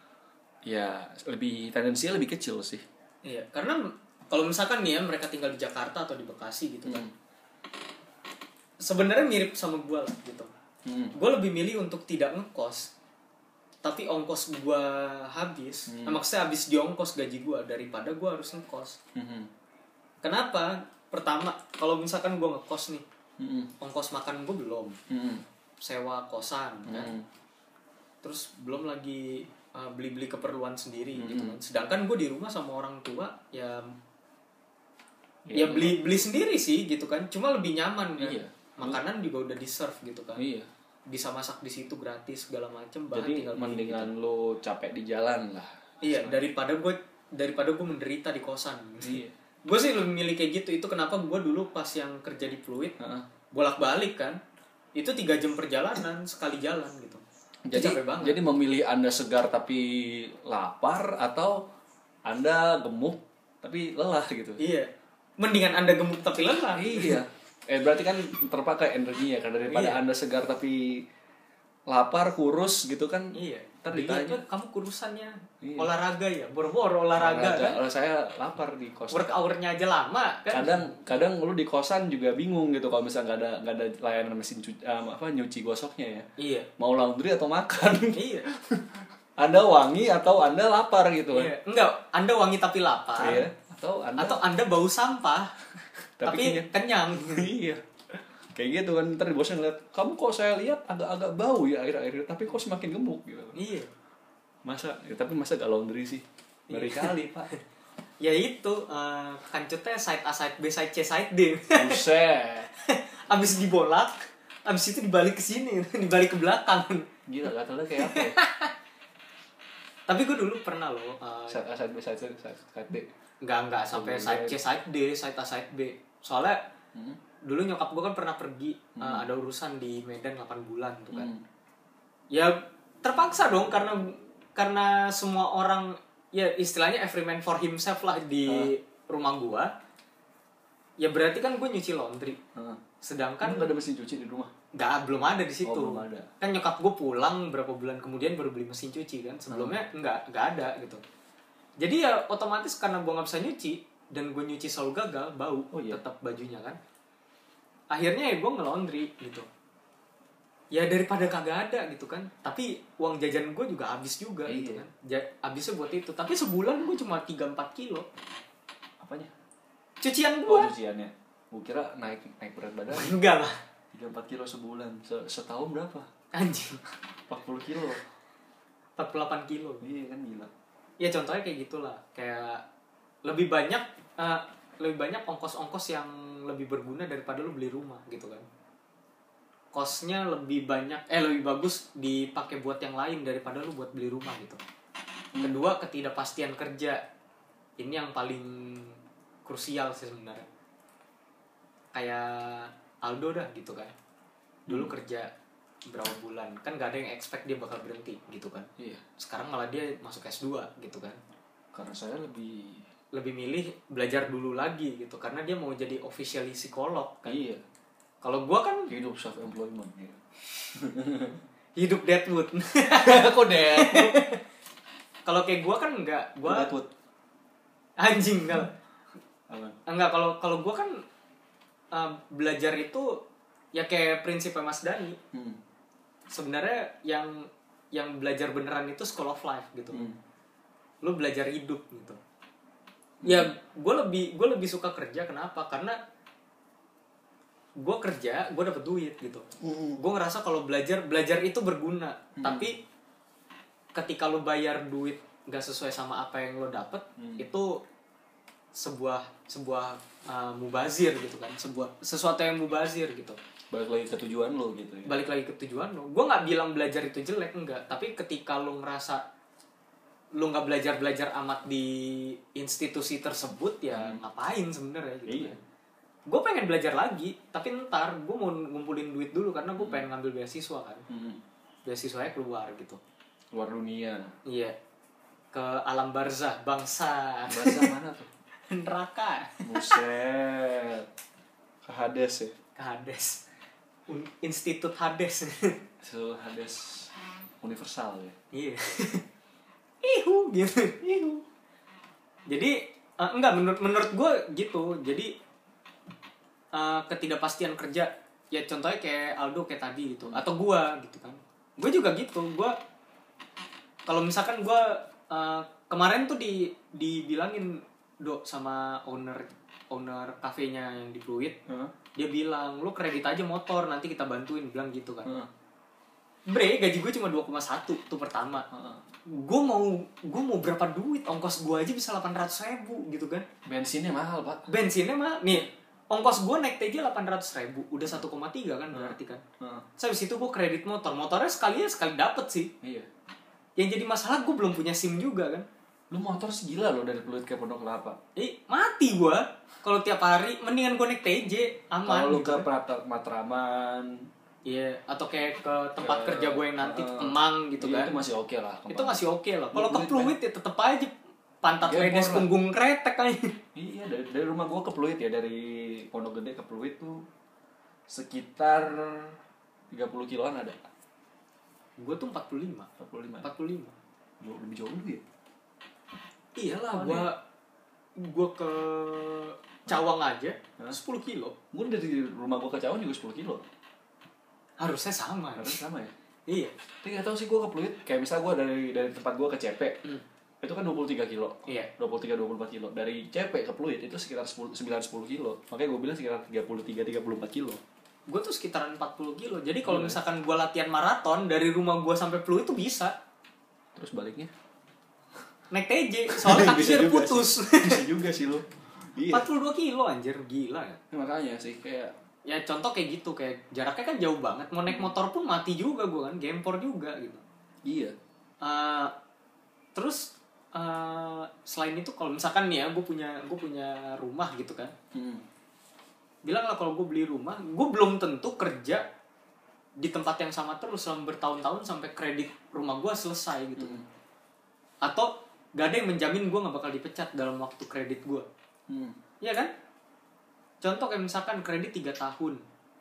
ya lebih tendensinya lebih kecil sih. Iya, karena kalau misalkan nih ya mereka tinggal di Jakarta atau di Bekasi gitu kan. Hmm. Sebenarnya mirip sama gue lah gitu. Hmm. Gue lebih milih untuk tidak ngekos, tapi ongkos gue habis. Hmm. Nah, maksudnya habis di ongkos gaji gue daripada gue harus ngekos. Hmm. Kenapa? Pertama, kalau misalkan gue ngekos nih, hmm. ongkos makan gue belum, hmm. sewa kosan kan, hmm. terus belum lagi uh, beli-beli keperluan sendiri hmm. gitu kan. Sedangkan gue di rumah sama orang tua ya, ya, ya beli beli sendiri sih gitu kan. Cuma lebih nyaman kan. Iya. Makanan juga udah di-serve gitu kan. Iya. Bisa masak di situ gratis segala macem. Jadi mendingan gitu. Lo capek di jalan lah. Iya, misalnya. daripada gue daripada gue menderita di kosan. Iya. Gue sih lebih milih kayak gitu. Itu kenapa gue dulu pas yang kerja di Pluit, uh-huh. bolak-balik kan. Itu tiga jam perjalanan sekali jalan gitu. Jadi capek banget. Jadi memilih Anda segar tapi lapar, atau Anda gemuk tapi lelah gitu. Iya. Mendingan Anda gemuk tapi lelah. Iya. Eh berarti kan terpakai energinya kan, daripada iya. Anda segar tapi lapar, kurus gitu kan. Iya. Tadi ditanya, kamu kurusannya iya. olahraga ya, boro-boro olahraga, olahraga kan. Kalau saya lapar di kos. Work hour-nya aja lama kan. Kadang kadang lu di kosan juga bingung gitu kalau misalnya nggak ada nggak ada layanan mesin cuci um, apa nyuci gosoknya ya. Iya. Mau laundry atau makan. Iya. Anda wangi atau Anda lapar gitu kan. Iya. Enggak, Anda wangi tapi lapar. Iya. Atau Anda atau Anda bau sampah. tapi, tapi kenyang. Iya. Kayak gitu kan, ntar bosnya ngeliat, kamu kok saya lihat agak-agak bau ya akhir-akhir, tapi kok semakin gemuk gitu. Iya. Masa, ya, tapi masa gak laundry sih? Ngeri kali pak. Ya itu, uh, kancutnya side A, side B, side C, side D. Buset. Abis dibolak, abis itu dibalik ke sini, dibalik ke belakang. Gila, gak tau kayak apa ya. Tapi gue dulu pernah loh. Uh, side A, side B, side C, side D. Enggak, enggak, sampai side C, side D, side A, side B. Soalnya, hmm? dulu nyokap gue kan pernah pergi, hmm. uh, ada urusan di Medan delapan bulan tuh kan. Hmm. Ya terpaksa dong, karena karena semua orang, ya istilahnya every man for himself lah di uh. rumah gue. Ya berarti kan gue nyuci laundry. Uh. Sedangkan nggak ada mesin cuci di rumah? Nggak, belum ada di situ. Oh, belum ada. Kan nyokap gue pulang berapa bulan kemudian baru beli mesin cuci kan. Sebelumnya uh. nggak nggak ada gitu. Jadi ya otomatis karena gue nggak bisa nyuci dan gue nyuci selalu gagal, bau oh, iya. tetap bajunya kan. Akhirnya ya gue nge-laundry gitu. Ya daripada kagak ada gitu kan. Tapi uang jajan gue juga habis juga iya. gitu kan. Ja- habisnya buat itu. Tapi sebulan gue cuma tiga sampai empat kilo. Apanya? Cucian gue. Oh cuciannya. Gue kira naik naik berat badan. Enggak lah. tiga sampai empat kilo sebulan. Setahun berapa? Anjing. empat puluh kilo. empat puluh delapan kilo. Iya kan gila. Ya contohnya kayak gitulah. Kayak lebih banyak uh, lebih banyak ongkos-ongkos yang lebih berguna daripada lu beli rumah gitu kan. Kosnya lebih banyak, eh lebih bagus dipakai buat yang lain daripada lu buat beli rumah gitu. Kedua, ketidakpastian kerja. ini yang paling krusial sih sebenarnya. Kayak Aldo dah gitu kan. Dulu hmm. kerja berapa bulan kan gak ada yang expect dia bakal berhenti gitu kan. Iya. Sekarang malah dia masuk S dua gitu kan. Karena saya lebih lebih milih belajar dulu lagi gitu karena dia mau jadi officially psikolog kan. Iya. Kalau gua kan hidup self employment ya. Hidup Deadwood. Kok Deadwood? Kalau kayak gua kan enggak, gua Deadwood. Anjing enggak. Aman. Enggak, kalau kalau gua kan uh, belajar itu ya kayak prinsipnya Mas Dani. Hmm. Sebenarnya yang yang belajar beneran itu school of life gitu. Hmm. Lu belajar hidup gitu. Hmm. Ya, gue lebih gue lebih suka kerja kenapa? Karena gue kerja, gue dapet duit gitu. Hmm. Gue ngerasa kalau belajar belajar itu berguna. Hmm. Tapi ketika lu bayar duit nggak sesuai sama apa yang lo dapet, hmm. itu sebuah sebuah uh, mubazir gitu kan, sebuah sesuatu yang mubazir gitu. Balik lagi ke tujuan lo gitu ya. Balik lagi ke tujuan lo. Gue nggak bilang belajar itu jelek, enggak. Tapi ketika lo ngerasa lo nggak belajar belajar amat di institusi tersebut, ya hmm. ngapain sebenarnya gitu. Iya. Gue pengen belajar lagi, tapi ntar gue mau ngumpulin duit dulu karena gue hmm. pengen ngambil beasiswa kan. Hmm. Beasiswanya keluar gitu. Luar dunia. Iya. Ke alam barzah, bangsa. Barzah mana tuh? Neraka. Buset. Ke Hades ya? Ke Hades. Institut Hades. So, Hades universal ya? Iya. Ihu gitu. Ihu. Jadi, uh, enggak, menurut, menurut gue gitu. Jadi, uh, ketidakpastian kerja. Ya contohnya kayak Aldo kayak tadi gitu. Atau gue gitu kan. Gue juga gitu. Gue, kalau misalkan gue, uh, kemarin tuh di dibilangin Dok sama owner owner kafenya yang di Pluit, huh? Dia bilang lu kredit aja motor nanti kita bantuin, bilang gitu kan. Huh? Bre, gaji gue cuma dua koma satu tuh pertama. Huh? Gue mau gue mau berapa duit, ongkos gue aja bisa delapan ratus ribu gitu kan. Bensinnya mahal pak. Bensinnya mah nih ongkos gue naik T J delapan ratus ribu, udah satu koma tiga kan berarti kan. Huh? Terus habis itu gue kredit motor, motornya sekali ya sekali dapet sih. Iya. Yang jadi masalah gue belum punya SIM juga kan. Lu motor segila lo dari Pluit ke Pondok Kelapa. Eh, mati gua. Kalau tiap hari mendingan gua naik T J aman. Kalau lu gitu ke kan? Matraman, iya, atau kayak ke tempat ke, kerja gua yang nanti uh, Kemang gitu iya, kan. Itu masih oke okay lah. Kemang. Itu masih oke okay lah. Kalau ke Pluit ya tetep aja pantat ledes punggung kretek aja. Iya, dari, dari rumah gua ke Pluit ya, dari Pondok Gede ke Pluit tuh sekitar tiga puluh kiloan ada. Gua tuh empat puluh lima. empat puluh lima. empat puluh lima. Jauh lebih jauh lu ya? Iyalah, gue gue ke Cawang aja Hah? sepuluh kilo. Gue dari rumah gue ke Cawang juga sepuluh kilo. Harusnya sama. Harusnya sama ya? Iya. Tapi gak tau sih gue ke Pluit. Kayak misal gue dari dari tempat gue ke C P, hmm. itu kan dua puluh tiga kilo. Iya. dua puluh tiga dua puluh empat kilo. Dari C P ke Pluit itu sekitar sembilan sepuluh kilo. Makanya gue bilang sekitar tiga puluh tiga tiga puluh empat kilo. Gue tuh sekitaran empat puluh kilo. Jadi kalau hmm. misalkan gue latihan maraton dari rumah gue sampai Pluit itu bisa. Terus baliknya? Naik T J, soalnya kakinya putus. Bisa juga sih lo. Iya. empat puluh dua kilo anjir, gila ya. Ya makanya sih kayak ya contoh kayak gitu, kayak jaraknya kan jauh banget. Mau naik motor pun mati juga gue kan, gempor juga gitu. Iya. Uh, terus uh, selain itu kalau misalkan nih ya gue punya gue punya rumah gitu kan. Hmm. Bilang lah kalau gue beli rumah, gue belum tentu kerja di tempat yang sama terus selama bertahun-tahun sampai kredit rumah gue selesai gitu. Hmm. Atau gak ada yang menjamin gue gak bakal dipecat dalam waktu kredit gue. Hmm. Iya kan? Contoh kayak misalkan kredit tiga tahun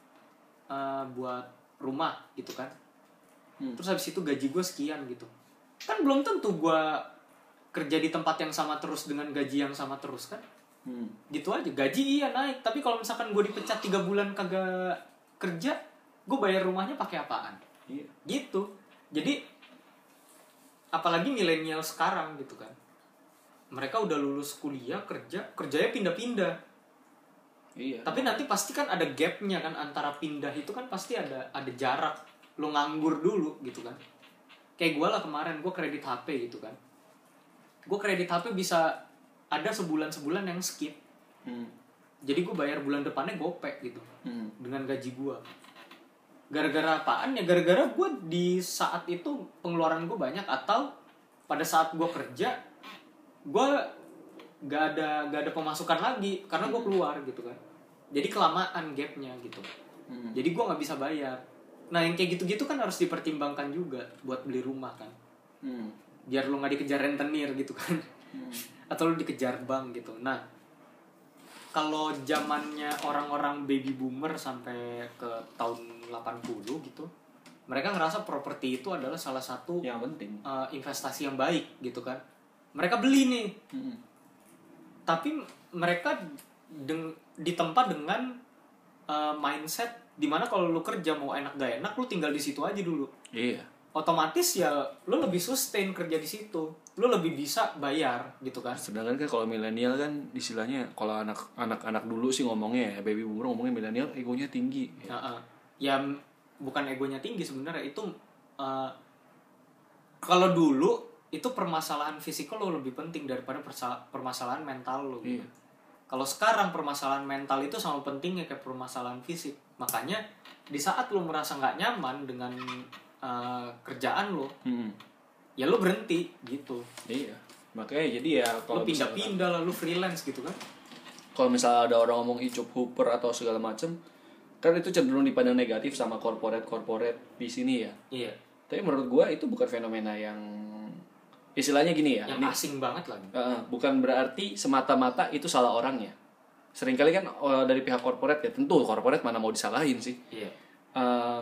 uh, buat rumah gitu kan. Hmm. Terus habis itu gaji gue sekian gitu. Kan belum tentu gue kerja di tempat yang sama terus dengan gaji yang sama terus kan. Hmm. Gitu aja. Gaji iya naik. Tapi kalau misalkan gue dipecat tiga bulan kagak kerja, gue bayar rumahnya pakai apaan? Iya. Gitu. Jadi apalagi milenial sekarang gitu kan, mereka udah lulus kuliah, kerja kerjanya pindah-pindah. Iya. Tapi nanti pasti kan ada gapnya kan antara pindah itu kan pasti ada ada jarak. Lo nganggur dulu gitu kan. Kayak gue lah kemarin gue kredit H P gitu kan. Gue kredit H P bisa ada sebulan-sebulan yang skip. Hmm. Jadi gue bayar bulan depannya gopek gitu. Hmm. Dengan gaji gue. Gara-gara apaan ya? Gara-gara gue di saat itu pengeluaran gue banyak. Atau pada saat gue kerja, gue gak ada gak ada pemasukan lagi karena gue keluar gitu kan. Jadi kelamaan gapnya gitu. Hmm. Jadi gue nggak bisa bayar. Nah yang kayak gitu-gitu kan harus dipertimbangkan juga buat beli rumah kan. Hmm. Biar lu nggak dikejar rentenir gitu kan. Hmm. Atau lu dikejar bank gitu. Nah kalau zamannya orang-orang baby boomer sampai ke tahun delapan puluh gitu, mereka ngerasa properti itu adalah salah satu yang penting uh, investasi yang baik gitu kan. Mereka beli nih. Hmm. Tapi mereka deng- ditempa dengan uh, mindset dimana kalau lu kerja mau enak gak enak lu tinggal di situ aja dulu. Iya. Otomatis ya lu lebih sustain kerja di situ, lu lebih bisa bayar gitu kan. Sedangkan kan kalau milenial kan istilahnya kalau anak anak-anak dulu sih ngomongnya ya baby boomer ngomongnya milenial egonya tinggi. Ya, uh, ya bukan egonya tinggi sebenarnya itu uh, kalau dulu itu permasalahan fisikal lo lebih penting daripada permasalahan mental lo. Iya. Kalau sekarang permasalahan mental itu sama pentingnya kayak permasalahan fisik. Makanya di saat lo merasa nggak nyaman dengan uh, kerjaan lo, hmm. ya lo berhenti gitu. Iya. Makanya jadi ya kalau lo pindah-pindah lah, lo freelance gitu kan. Kalau misalnya ada orang ngomong hicup hooper atau segala macem, kan itu cenderung dipandang negatif sama corporate-corporate di sini ya. Iya. Tapi menurut gue itu bukan fenomena yang istilahnya gini ya, yang ini, asing banget lagi. Uh, bukan berarti semata-mata itu salah orangnya. Seringkali kan uh, dari pihak korporat ya, tentu korporat mana mau disalahin sih. Iya. Uh,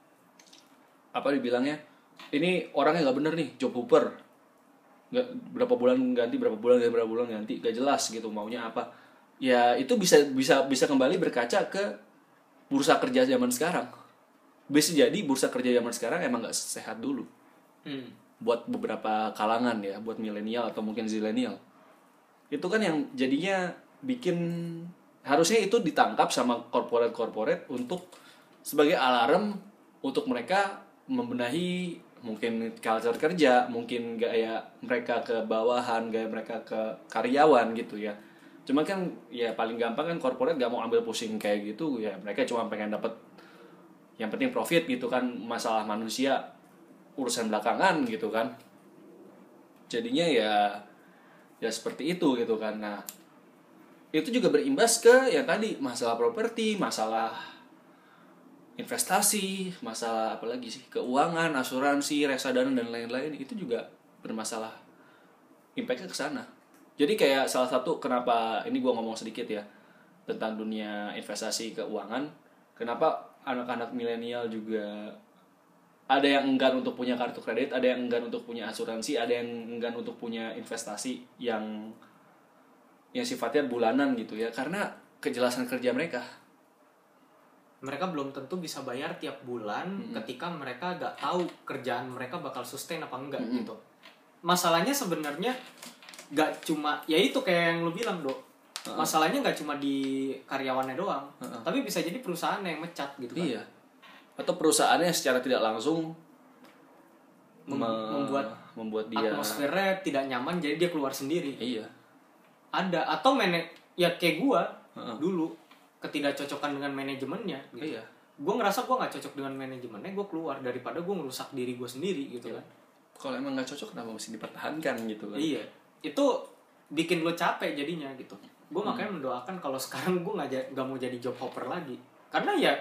apa dibilangnya? Ini orangnya nggak bener nih, job hooper. Nggak berapa bulan ganti, berapa bulan ganti, berapa bulan ganti, gak jelas gitu maunya apa. Ya itu bisa bisa bisa kembali berkaca ke bursa kerja zaman sekarang. Bisa jadi bursa kerja zaman sekarang emang nggak sehat dulu. Hmm. Buat beberapa kalangan ya, buat milenial atau mungkin zilenial. Itu kan yang jadinya bikin harusnya itu ditangkap sama korporat-korporat untuk sebagai alarm untuk mereka membenahi mungkin culture kerja, mungkin gaya mereka ke bawahan, gaya mereka ke karyawan gitu ya. Cuma kan ya paling gampang kan korporat gak mau ambil pusing kayak gitu ya, mereka cuma pengen dapat yang penting profit gitu kan, masalah manusia urusan belakangan gitu kan. Jadinya ya ya seperti itu gitu kan. Nah itu juga berimbas ke yang tadi masalah properti, masalah investasi, masalah apa lagi sih, keuangan, asuransi, reksadana dan lain-lain. Itu juga bermasalah, impactnya ke sana. Jadi kayak salah satu kenapa ini gue ngomong sedikit ya tentang dunia investasi keuangan, kenapa anak-anak milenial juga ada yang enggan untuk punya kartu kredit, ada yang enggan untuk punya asuransi, ada yang enggan untuk punya investasi yang yang sifatnya bulanan gitu ya, karena kejelasan kerja mereka. Mereka belum tentu bisa bayar tiap bulan mm-hmm. ketika mereka gak tahu kerjaan mereka bakal sustain apa enggak mm-hmm. gitu. Masalahnya sebenarnya gak cuma, ya itu kayak yang lu bilang Dok. Uh-huh. Masalahnya gak cuma di karyawannya doang, uh-huh. tapi bisa jadi perusahaan yang mecat gitu kan. Iya. Atau perusahaannya secara tidak langsung Mem- membuat membuat dia atmosfernya tidak nyaman, jadi dia keluar sendiri. Iya. Ada atau menek ya kayak gua uh-uh. dulu ketidakcocokan dengan manajemennya gitu. Iya. Gua ngerasa gua nggak cocok dengan manajemennya, gua keluar daripada gua ngerusak diri gua sendiri gitu iya. kan. Kalau emang nggak cocok kenapa mesti dipertahankan gitu kan. Iya. Itu bikin lo capek jadinya gitu. Gua hmm. makanya mendoakan kalau sekarang gua nggak nggak mau jadi job hopper lagi. Karena ya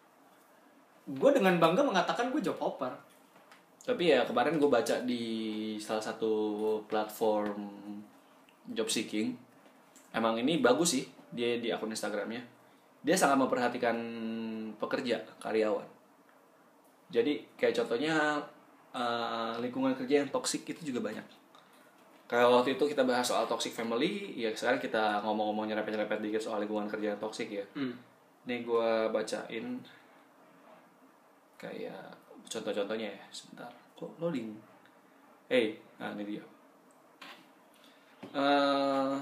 gue dengan bangga mengatakan gue job hopper. Tapi ya kemarin gue baca di salah satu platform job seeking, emang ini bagus sih dia di akun Instagramnya. Dia sangat memperhatikan pekerja, karyawan. Jadi kayak contohnya uh, lingkungan kerja yang toksik itu juga banyak. Kayak waktu itu kita bahas soal toxic family, ya sekarang kita ngomong-ngomong nyerempet-nyerempet dikit soal lingkungan kerja yang toksik ya. Hmm. Ini gue bacain kayak contoh-contohnya ya, sebentar. Kok loading? Hey, nah ini dia. Uh,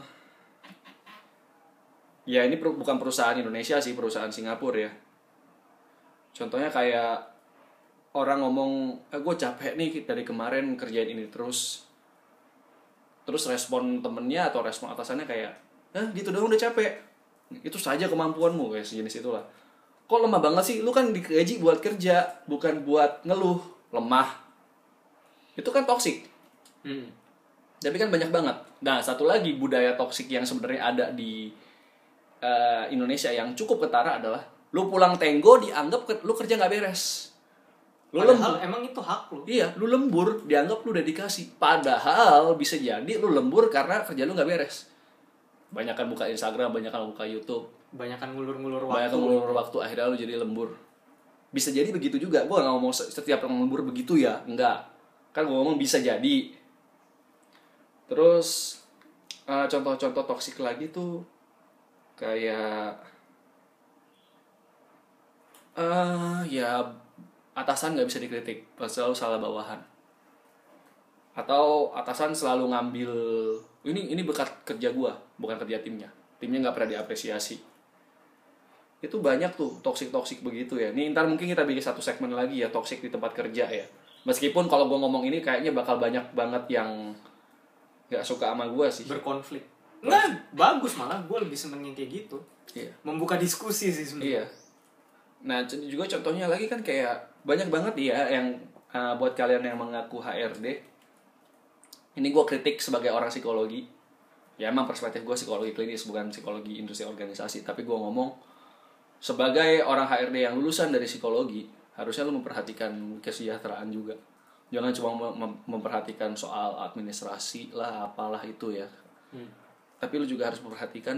ya ini per, bukan perusahaan Indonesia sih, perusahaan Singapura ya. Contohnya kayak orang ngomong, eh, gue capek nih dari kemarin kerjain ini terus. Terus respon temennya atau respon atasannya kayak, eh gitu doang udah capek. Itu saja kemampuanmu, kayak sejenis itulah. Kok lemah banget sih? Lu kan digaji buat kerja, bukan buat ngeluh. Lemah. Itu kan toksik. Hmm. Tapi kan banyak banget. Nah, satu lagi budaya toksik yang sebenarnya ada di uh, Indonesia yang cukup ketara adalah lu pulang tenggo dianggap ke, lu kerja nggak beres. Lu Padahal lembur. emang itu hak lu. Iya, lu lembur dianggap lu dedikasi. Padahal bisa jadi lu lembur karena kerja lu nggak beres. Banyakan buka Instagram, banyakan buka YouTube, Banyakan ngulur-ngulur waktu. banyakan ngulur waktu, akhirnya lu jadi lembur. Bisa jadi begitu juga. Gua nggak ngomong setiap orang lembur begitu ya, enggak. Kan gua ngomong bisa jadi. Terus uh, contoh-contoh toksik lagi tuh kayak uh, ya atasan nggak bisa dikritik, selalu salah bawahan. Atau atasan selalu ngambil ini ini berkat kerja gua, bukan kerja timnya. Timnya nggak pernah diapresiasi. Itu banyak tuh toksik-toksik begitu ya. Nih ntar mungkin kita bikin satu segmen lagi ya, toksik di tempat kerja ya. Meskipun kalau gua ngomong ini kayaknya bakal banyak banget yang nggak suka sama gue sih, berkonflik. Nggak, bagus malah gue lebih seneng yang kayak gitu. Iya. Membuka diskusi sih sebenarnya. Iya. Nah juga contohnya lagi kan kayak banyak banget ya yang uh, buat kalian yang mengaku H R D. Ini gue kritik sebagai orang psikologi. Ya emang perspektif gue psikologi klinis, bukan psikologi industri organisasi. Tapi gue ngomong sebagai orang H R D yang lulusan dari psikologi, harusnya lu memperhatikan kesejahteraan juga. Jangan cuma mem- memperhatikan soal administrasi lah, apalah itu ya. Hmm. Tapi lu juga harus memperhatikan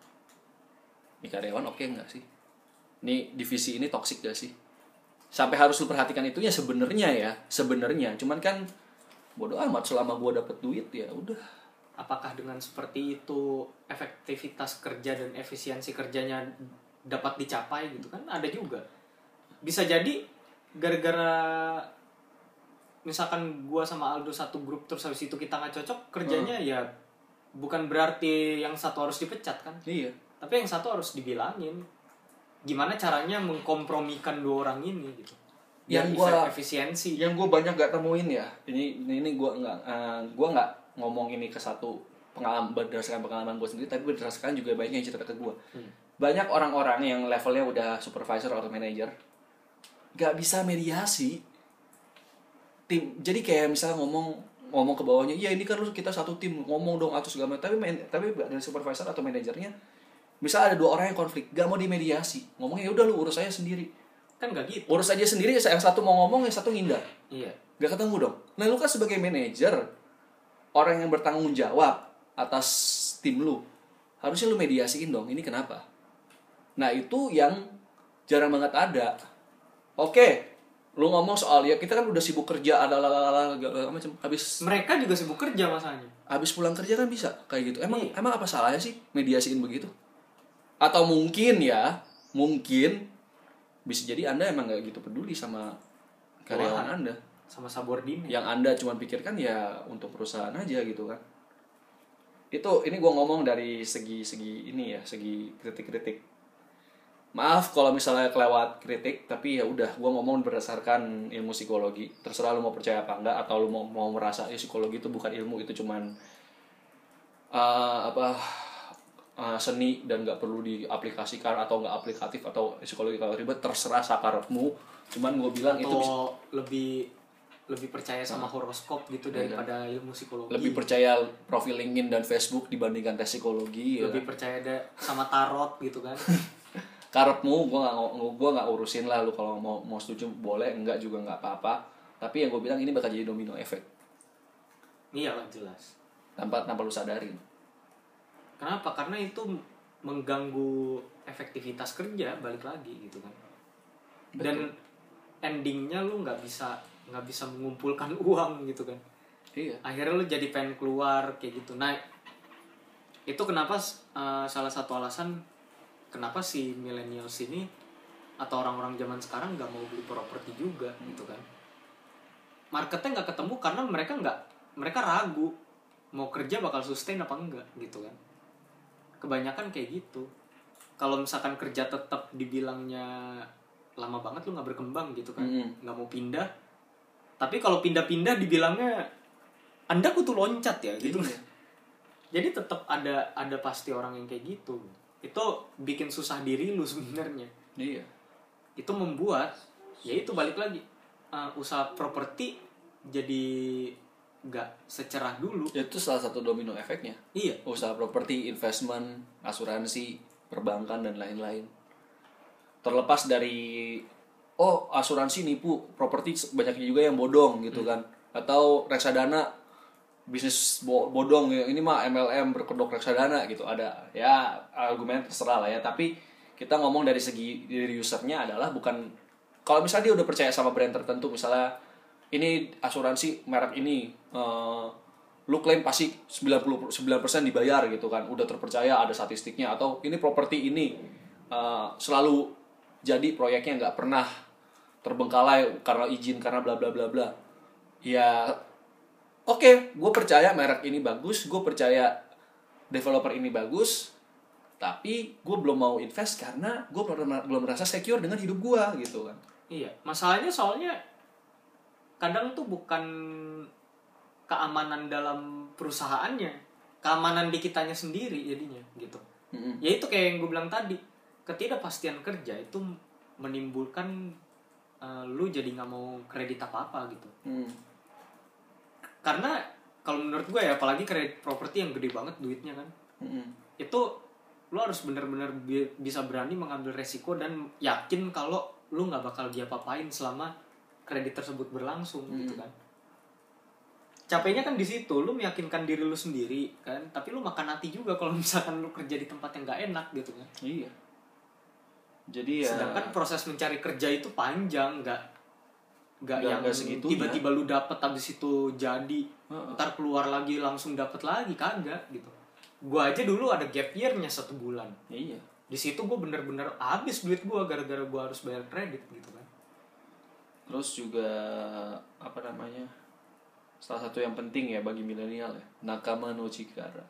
nih karyawan oke okay nggak sih? Nih divisi ini toksik gak sih? Sampai harus lu perhatikan itunya sebenarnya ya, sebenarnya. Cuman kan bodo amat selama gua dapet duit ya udah. Apakah dengan seperti itu efektivitas kerja dan efisiensi kerjanya dapat dicapai gitu kan? Ada juga. Bisa jadi gara-gara misalkan gua sama Aldo satu grup terus habis itu kita nggak cocok kerjanya, hmm. ya bukan berarti yang satu harus dipecat kan? Iya. Tapi yang satu harus dibilangin gimana caranya mengkompromikan dua orang ini gitu. Yang gua efisiensi. Yang gua banyak gak temuin ya. Ini ini gua nggak uh, gua nggak ngomong ini ke satu pengalaman berdasarkan pengalaman gua sendiri, tapi berdasarkan juga banyak yang cerita ke gua. Hmm. Banyak orang-orang yang levelnya udah supervisor atau manager nggak bisa mediasi. Tim, jadi kayak misalnya ngomong ngomong ke bawahnya, iya ini kan lu kita satu tim, ngomong dong atau segala macam, tapi main, tapi dari supervisor atau manajernya misal ada dua orang yang konflik gak mau dimediasi, ngomongnya ya udah lu urus aja sendiri, kan gak gitu, urus aja sendiri, yang satu mau ngomong yang satu ngindar, iya, gak ketemu dong. Nah lu kan sebagai manajer, orang yang bertanggung jawab atas tim lu, harusnya lu mediasiin dong, ini kenapa. Nah itu yang jarang banget ada. Oke, lu ngomong soal ya kita kan udah sibuk kerja, ada lalala macam, habis mereka juga sibuk kerja masanya. Habis pulang kerja kan bisa kayak gitu. Emang iya. emang apa salahnya sih mediasiin begitu? Atau mungkin ya, mungkin bisa jadi Anda emang nggak gitu peduli sama karyawan Wah, Anda, sama subordinate. Yang Anda cuma pikirkan ya untuk perusahaan aja gitu kan. Itu ini gue ngomong dari segi-segi ini ya, segi kritik-kritik. Maaf kalau misalnya kelewat kritik, tapi ya udah gue ngomong berdasarkan ilmu psikologi. Terserah lu mau percaya apa enggak, atau lu mau mau merasa ya psikologi itu bukan ilmu, itu cuman uh, apa uh, seni dan nggak perlu diaplikasikan atau nggak aplikatif, atau psikologi kalau ribet, terserah sakarepmu. Cuman gue bilang atau itu bisa, lebih lebih percaya sama nah, horoskop gitu daripada ya, ilmu psikologi. Lebih percaya profil LinkedIn dan Facebook dibandingkan tes psikologi. Lebih ya, percaya ada sama tarot gitu kan. Karepmu, gue nggak gue nggak urusin lah lu, kalau mau mau setuju boleh, enggak juga nggak apa-apa. Tapi yang gue bilang ini bakal jadi domino efek. Iya lah jelas. Tanpa tanpa lu sadarin. Kenapa? Karena itu mengganggu efektivitas kerja, balik lagi gitu kan. Betul. Dan endingnya lu nggak bisa nggak bisa mengumpulkan uang gitu kan. Iya. Akhirnya lu jadi pengen keluar kayak gitu. Nah itu kenapa uh, salah satu alasan kenapa si millennials ini atau orang-orang zaman sekarang nggak mau beli properti juga gitu kan. Marketnya nggak ketemu karena mereka nggak mereka ragu mau kerja bakal sustain apa enggak gitu kan. Kebanyakan kayak gitu. Kalau misalkan kerja tetap dibilangnya lama banget, lu nggak berkembang gitu kan, nggak mm. mau pindah. Tapi kalau pindah-pindah dibilangnya Anda kudu loncat ya gitu. Mm. Jadi tetap ada ada pasti orang yang kayak gitu. Itu bikin susah diri lu sebenarnya. Iya. Itu membuat ya itu balik lagi uh, usaha properti jadi nggak secerah dulu. Itu salah satu domino efeknya. Iya. Usaha properti, investment, asuransi, perbankan dan lain-lain. Terlepas dari oh asuransi nipu, properti banyak juga yang bodong gitu hmm. kan. Atau reksadana bisnis bodong, ini mah M L M berkedok reksadana gitu, ada ya argumen terserah lah ya. Tapi kita ngomong dari segi dari usernya adalah bukan, kalau misalnya dia udah percaya sama brand tertentu, misalnya ini asuransi merek ini uh, lu klaim pasti sembilan puluh sembilan persen dibayar gitu kan, udah terpercaya, ada statistiknya. Atau ini properti ini uh, selalu jadi proyeknya nggak pernah terbengkalai karena izin, karena bla bla bla bla. Ya oke, okay, gue percaya merek ini bagus, gue percaya developer ini bagus, tapi gue belum mau invest karena gue belum belum merasa secure dengan hidup gue gitu kan. Iya, masalahnya soalnya kadang tuh bukan keamanan dalam perusahaannya, keamanan di kitanya sendiri jadinya gitu. Mm-hmm. Ya itu kayak yang gue bilang tadi, ketidakpastian kerja itu menimbulkan uh, lu jadi nggak mau kredit apa apa gitu. Mm. Karena kalau menurut gue ya, apalagi kredit properti yang gede banget duitnya kan, mm-hmm. itu lu harus benar-benar bi- bisa berani mengambil resiko dan yakin kalau lu nggak bakal diapa-apain selama kredit tersebut berlangsung hmm. gitu kan. Capeknya kan di situ, lu meyakinkan diri lu sendiri kan, tapi lu makan hati juga kalau misalkan lu kerja di tempat yang nggak enak gitu kan. Iya. Jadi ya. Sedangkan proses mencari kerja itu panjang, nggak nggak yang tiba-tiba lu dapet habis itu jadi, uh-uh. ntar keluar lagi langsung dapet lagi, kagak gitu. Gua aja dulu ada gap year-nya satu bulan. Iya. Di situ gue bener-bener habis duit gue gara-gara gue harus bayar kredit gitu kan. Terus juga apa namanya, salah satu yang penting ya bagi milenial ya, nakama no chikara,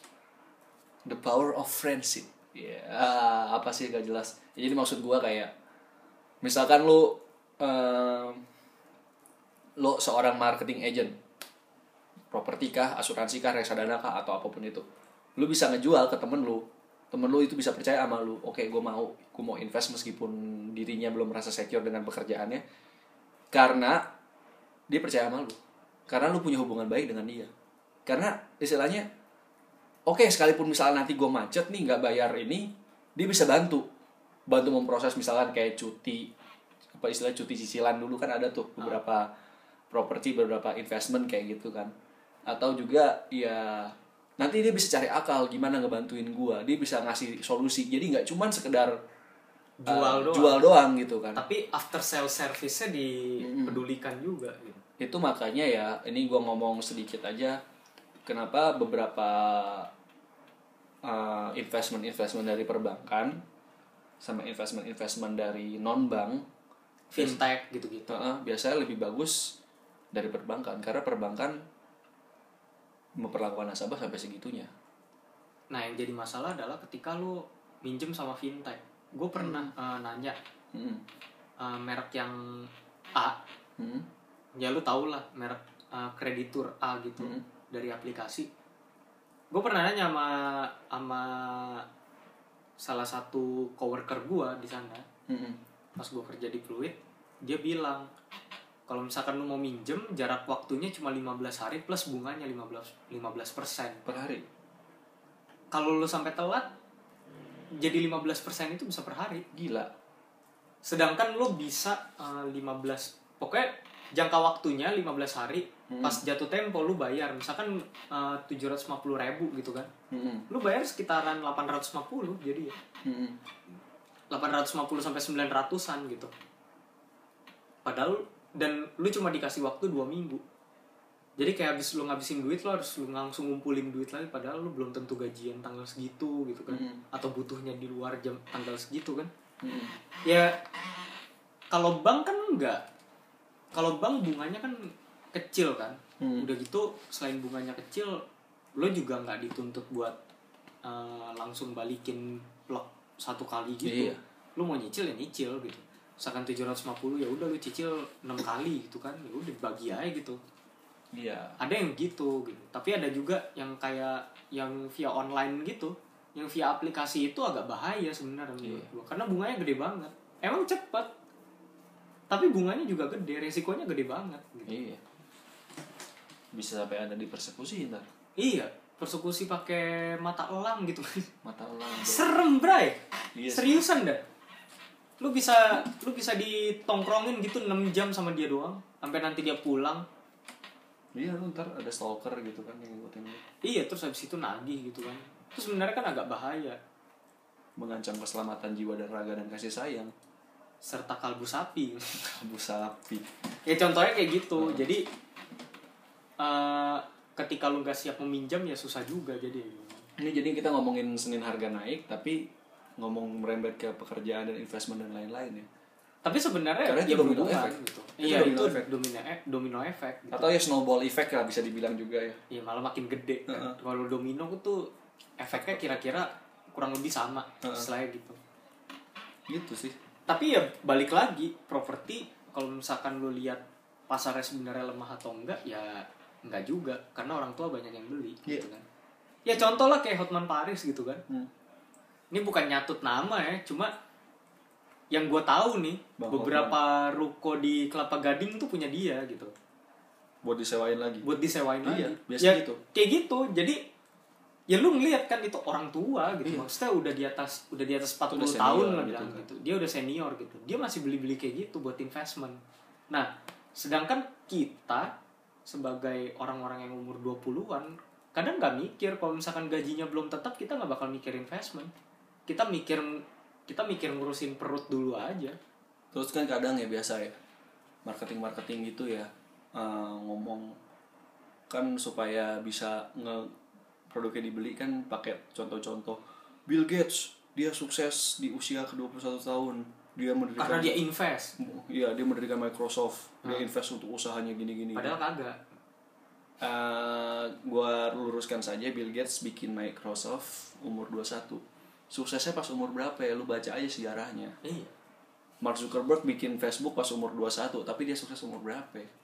the power of friendship. Ya yeah. Apa sih gak jelas. Jadi maksud gue kayak misalkan lu um, lu seorang marketing agent, properti kah, asuransi kah, reksadana kah, atau apapun itu, lu bisa ngejual ke temen lu. Temen lu itu bisa percaya sama lu. Oke, gue mau, gue mau invest meskipun dirinya belum merasa secure dengan pekerjaannya, karena dia percaya sama lu, karena lu punya hubungan baik dengan dia. Karena istilahnya, oke, sekalipun misalnya nanti gue macet nih nggak bayar ini, dia bisa bantu bantu memproses, misalkan kayak cuti, apa istilah cuti cicilan dulu kan ada tuh beberapa properti, beberapa investment kayak gitu kan. Atau juga ya nanti dia bisa cari akal gimana ngebantuin gue, dia bisa ngasih solusi. Jadi nggak cuman sekedar jual, uh, doang. jual doang gitu kan, tapi after sales service-nya dipedulikan mm-hmm. juga gitu. Itu makanya ya, ini gue ngomong sedikit aja, kenapa beberapa uh, investment-investment dari perbankan sama investment-investment dari non-bank, fintech gitu-gitu, uh, biasanya lebih bagus dari perbankan, karena perbankan memperlakukan nasabah sampai segitunya. Nah, yang jadi masalah adalah ketika lu minjem sama fintech. Gue pernah hmm. uh, nanya hmm. uh, merek yang A, hmm. ya lu tau lah merek uh, kreditur A gitu, hmm. dari aplikasi. Gue pernah nanya sama sama salah satu coworker gue di sana, hmm. pas gue kerja di Fluid, dia bilang kalau misalkan lu mau minjem, jarak waktunya cuma lima belas hari plus bunganya lima belas persen per hari. Kalau lu sampai telat, jadi lima belas persen itu bisa per hari. Gila. Sedangkan lu bisa uh, lima belas, pokoknya jangka waktunya lima belas hari, hmm. pas jatuh tempo lu bayar misalkan uh, tujuh ratus lima puluh ribu gitu kan, hmm. lu bayar sekitaran delapan ratus lima puluh, jadi ya hmm. delapan ratus lima puluh sampai sembilan ratusan gitu. Padahal, dan lu cuma dikasih waktu dua minggu. Jadi kayak habis lu ngabisin duit, lu harus lu langsung ngumpulin duit lagi, padahal lu belum tentu gajian tanggal segitu gitu kan, hmm. atau butuhnya di luar jam tanggal segitu kan. hmm. Ya kalau bank kan enggak, kalau bank bunganya kan kecil kan, hmm. udah gitu selain bunganya kecil, lu juga nggak dituntut buat uh, langsung balikin plek satu kali gitu. Iya. Lu mau nyicil ya nyicil gitu, misalkan tujuh ratus lima puluh ya udah lu cicil enam kali gitu kan, ya udah bagi aja gitu. Iya. Ada yang gitu gitu. Tapi ada juga yang kayak yang via online gitu, yang via aplikasi itu agak bahaya sebenarnya menurut iya. gua, karena bunganya gede banget. Emang cepat, tapi bunganya juga gede, resikonya gede banget gitu. Iya. Bisa sampai ada di persekusi ntar. Iya, persekusi pakai mata elang gitu. Mata elang. Serem, Bray. Iya, seriusan dah. Lu bisa lu bisa ditongkrongin gitu enam jam sama dia doang sampai nanti dia pulang. Iya, lu ntar ada stalker gitu kan yang ngikutin lu. Iya, terus habis itu nagih gitu kan. Terus sebenarnya kan agak bahaya. Mengancam keselamatan jiwa dan raga dan kasih sayang. Serta kalbu sapi. Kalbu sapi. Ya contohnya kayak gitu. Hmm. Jadi uh, ketika lu gak siap meminjam ya susah juga jadi. Ini jadi kita ngomongin Senin harga naik tapi ngomong merembet ke pekerjaan dan investment dan lain-lain ya. Tapi sebenarnya karena ya domino efek gitu. Itu iya domino itu efek. domino e- domino efek gitu. Atau ya snowball effect lah bisa dibilang juga ya. Iya malah makin gede kan. Uh-huh. Kalau domino tuh efeknya kira-kira kurang lebih sama uh-huh. istilahnya gitu. Gitu sih. Tapi ya balik lagi properti kalau misalkan lu lihat pasarnya sebenarnya lemah atau enggak ya enggak juga karena orang tua banyak yang beli yeah. gitu kan. Ya contoh lah kayak Hotman Paris gitu kan. Hmm. Ini bukan nyatut nama ya, cuma yang gue tahu nih Bang beberapa Hotman. Ruko di Kelapa Gading tuh punya dia gitu. Buat disewain lagi. Buat disewain iya, lagi. Biasa ya, gitu. Kayak gitu. Jadi ya lu ngeliat kan itu orang tua gitu. Iya. Maksudnya udah di atas udah di atas empat puluh tahun lah bilang gitu, gitu. Dia udah senior gitu. Dia masih beli-beli kayak gitu buat investment. Nah, sedangkan kita sebagai orang-orang yang umur dua puluhan kadang nggak mikir kalau misalkan gajinya belum tetap kita nggak bakal mikir investment. Kita mikir kita mikir ngurusin perut dulu aja. Terus kan kadang ya biasa ya marketing-marketing gitu ya uh, ngomong kan supaya bisa nge produknya dibeli kan pakai contoh-contoh Bill Gates dia sukses di usia ke dua puluh satu tahun dia mendirikan karena dia invest. Iya dia mendirikan Microsoft hmm. dia invest untuk usahanya gini-gini. Padahal kagak. Uh, gua luruskan saja Bill Gates bikin Microsoft umur dua puluh satu. Suksesnya pas umur berapa ya? Lu baca aja sejarahnya. Iya. Mark Zuckerberg bikin Facebook pas umur dua puluh satu, tapi dia sukses umur berapa ya?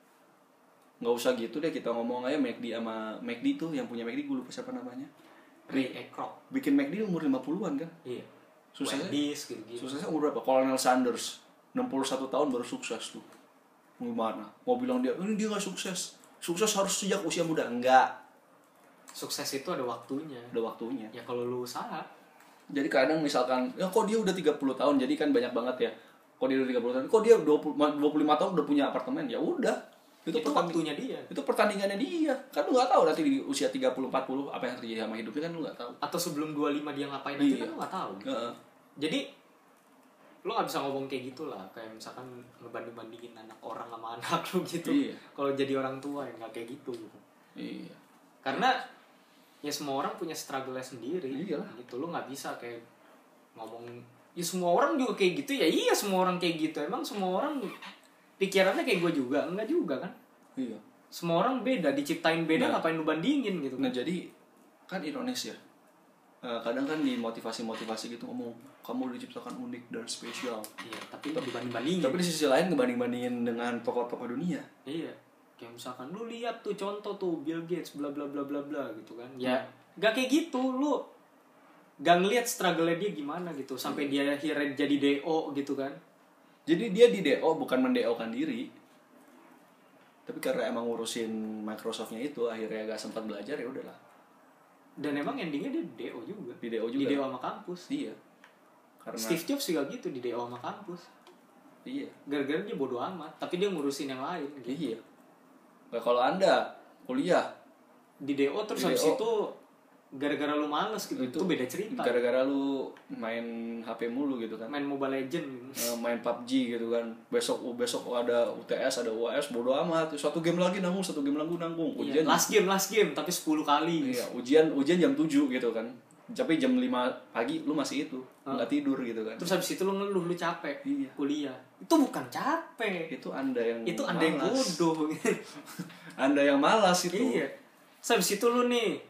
Nggak usah gitu deh, kita ngomong aja McD sama McD tuh, yang punya McD gue lupa siapa namanya. Ray Kroc. Bikin McD umur lima puluhan kan? Iya. Suksesnya, Wendy's, gitu-gitu. Suksesnya umur berapa? Colonel Sanders, enam puluh satu tahun baru sukses tuh. Gimana? Mau bilang dia, ini dia nggak sukses. Sukses harus sejak usia muda. Enggak. Sukses itu ada waktunya. Ada waktunya. Ya kalau lu usaha. Jadi kadang misalkan, ya kok dia udah tiga puluh tahun, jadi kan banyak banget ya. Kok dia udah tiga puluh tahun, kok dia dua puluh lima tahun udah punya apartemen, ya udah. Itu, itu waktunya dia. Itu pertandingannya dia. Kan lu gak tahu nanti di usia tiga puluh empat puluh apa yang terjadi sama hidupnya kan lu gak tahu. Atau sebelum dua puluh lima dia ngapain iya. aja kan lu gak tahu. Uh-uh. Jadi lu gak bisa ngomong kayak gitu lah. Kayak misalkan ngebanding-bandingin anak orang sama anak lu gitu. Iya. Kalau jadi orang tua ya gak kayak gitu gitu. Iya. Karena ya semua orang punya struggle-nya sendiri. Iya. Gitu. Lu gak bisa kayak ngomong ya semua orang juga kayak gitu ya. Iya semua orang kayak gitu. Emang semua orang pikirannya kayak gue juga? Enggak juga kan? Iya. Semua orang beda, diciptain beda, nah, ngapain lu bandingin gitu. Nah jadi kan ironis ya. Uh, kadang kan di motivasi-motivasi gitu ngomong kamu diciptakan unik dan spesial. Iya, tapi dibanding-bandingin. Tapi di sisi lain ngebanding-bandingin dengan tokoh-tokoh dunia. Iya. Kayak misalkan lu lihat tuh contoh tuh Bill Gates bla bla bla bla bla gitu kan. Ya, gak kayak gitu. Lu gak ngeliat struggle-nya dia gimana gitu sampai hmm. dia akhirnya jadi D O gitu kan. Jadi dia di D O bukan men-D O-kan diri. Tapi karena emang ngurusin Microsoft-nya itu akhirnya gak sempat belajar ya udahlah. Dan emang endingnya dia D O juga. Di D O juga. Di D O sama kampus. Iya. Karena Steve Jobs juga gitu di D O sama kampus. Iya. Gara-gara dia bodo amat, tapi dia ngurusin yang lain gitu. Iya. Nah, kalau Anda kuliah di D O terus habis itu gara-gara lu males gitu, itu, itu beda cerita. Gara-gara lu main H P mulu gitu kan. Main Mobile Legends gitu. Main P U B G gitu kan. Besok besok ada U T S, ada U A S, bodo amat. Satu game lagi nanggung, satu game lagi nanggung. Iya, Ujian last game, last game tapi sepuluh kali. Iya, ujian ujian jam tujuh gitu kan. Tapi jam lima pagi lu masih itu, enggak hmm. tidur gitu kan. Terus habis itu lu ngeluh lu capek. Iya. Kuliah. Itu bukan capek. Itu Anda yang Itu Anda yang bodoh. Anda yang malas itu. Iya. Terus habis itu lu nih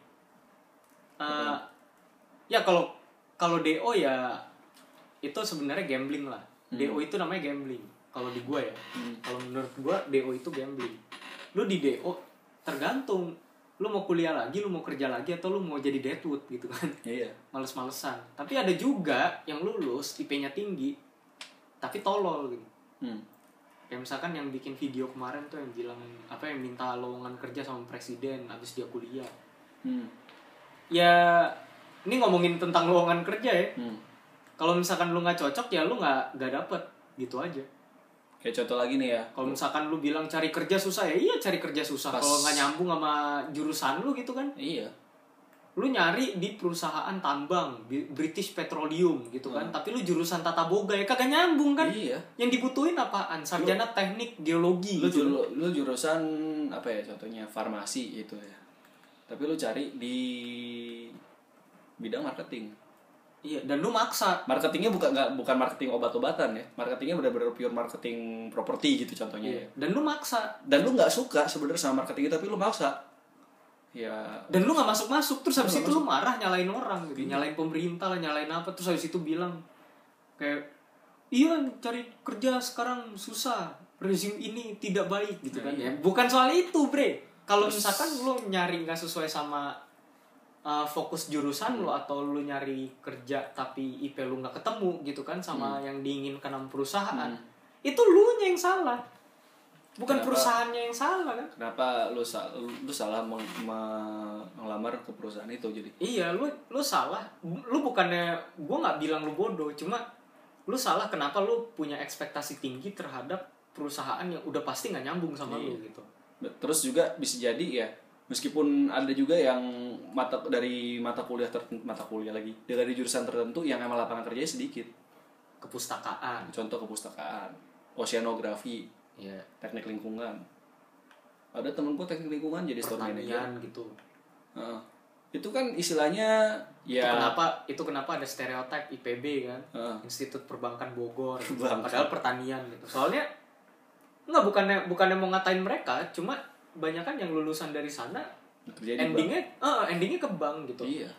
Uh, ya kalau kalau D O ya itu sebenarnya gambling lah. Hmm. D O itu namanya gambling. Kalau di gua ya. Hmm. Kalau menurut gua D O itu gambling. Lu di D O tergantung lu mau kuliah lagi, lu mau kerja lagi atau lu mau jadi deadwood gitu kan. Iya. Males-malesan. Tapi ada juga yang lulus I P-nya tinggi tapi tolol gitu. Hmm. Kayak misalkan yang bikin video kemarin tuh yang bilang apa yang minta lowongan kerja sama presiden habis dia kuliah. Hmm. Ya ini ngomongin tentang lowongan kerja ya. Hmm. Kalau misalkan lu nggak cocok ya lu nggak nggak dapet gitu aja. Kayak contoh lagi nih ya. Kalau misalkan lu bilang cari kerja susah ya iya cari kerja susah. Kalau nggak nyambung sama jurusan lu gitu kan. Iya. Lu nyari di perusahaan tambang British Petroleum gitu kan, hmm. tapi lu jurusan tata boga ya kagak nyambung kan. Iya. Yang dibutuhin apaan? Sarjana lu, teknik geologi lu, gitu. Lu, lu jurusan apa ya contohnya farmasi gitu ya. Tapi lu cari di bidang marketing. Iya, dan lu maksa. Marketingnya bukan nggak bukan marketing obat-obatan ya. Marketingnya benar-benar pure marketing properti gitu contohnya. Iya. Dan lu maksa. Dan lu nggak suka sebenarnya sama marketing itu tapi lu maksa. Ya. Dan lu nggak masuk-masuk terus habis itu lu marah nyalain orang gitu, nyalain pemerintah lah, nyalain apa terus habis itu bilang kayak iya cari kerja sekarang susah, rezim ini tidak baik gitu kan ya. Bukan soal itu, Bre. Kalau misalkan lu nyari nggak sesuai sama uh, fokus jurusan hmm. lu atau lu nyari kerja tapi I P lu nggak ketemu gitu kan sama hmm. yang diinginkan sama perusahaan, hmm. itu lu nya yang salah. Bukan kenapa, perusahaannya yang salah kan? Kenapa lu, lu salah meng, melamar ke perusahaan itu jadi? Iya, lu lu salah. Lu bukannya gua nggak bilang lu bodoh, cuma lu salah kenapa lu punya ekspektasi tinggi terhadap perusahaan yang udah pasti nggak nyambung sama iya. lu gitu. Terus juga bisa jadi ya, meskipun ada juga yang mata dari mata kuliah tertentu, mata kuliah lagi dari jurusan tertentu yang emang lapangan kerjanya sedikit. Kepustakaan. Contoh kepustakaan, oceanografi. Ya. Teknik lingkungan. Ada temenku teknik lingkungan jadi store manager gitu. Uh, itu kan istilahnya ya. Itu kenapa itu kenapa ada stereotip I P B kan? Uh. Institut Perbankan Bogor. Gitu. Padahal pertanian gitu. Soalnya nggak bukannya bukannya mau ngatain mereka, cuma banyak kan yang lulusan dari sana Kerja endingnya, uh, endingnya ke bank gitu. Iya.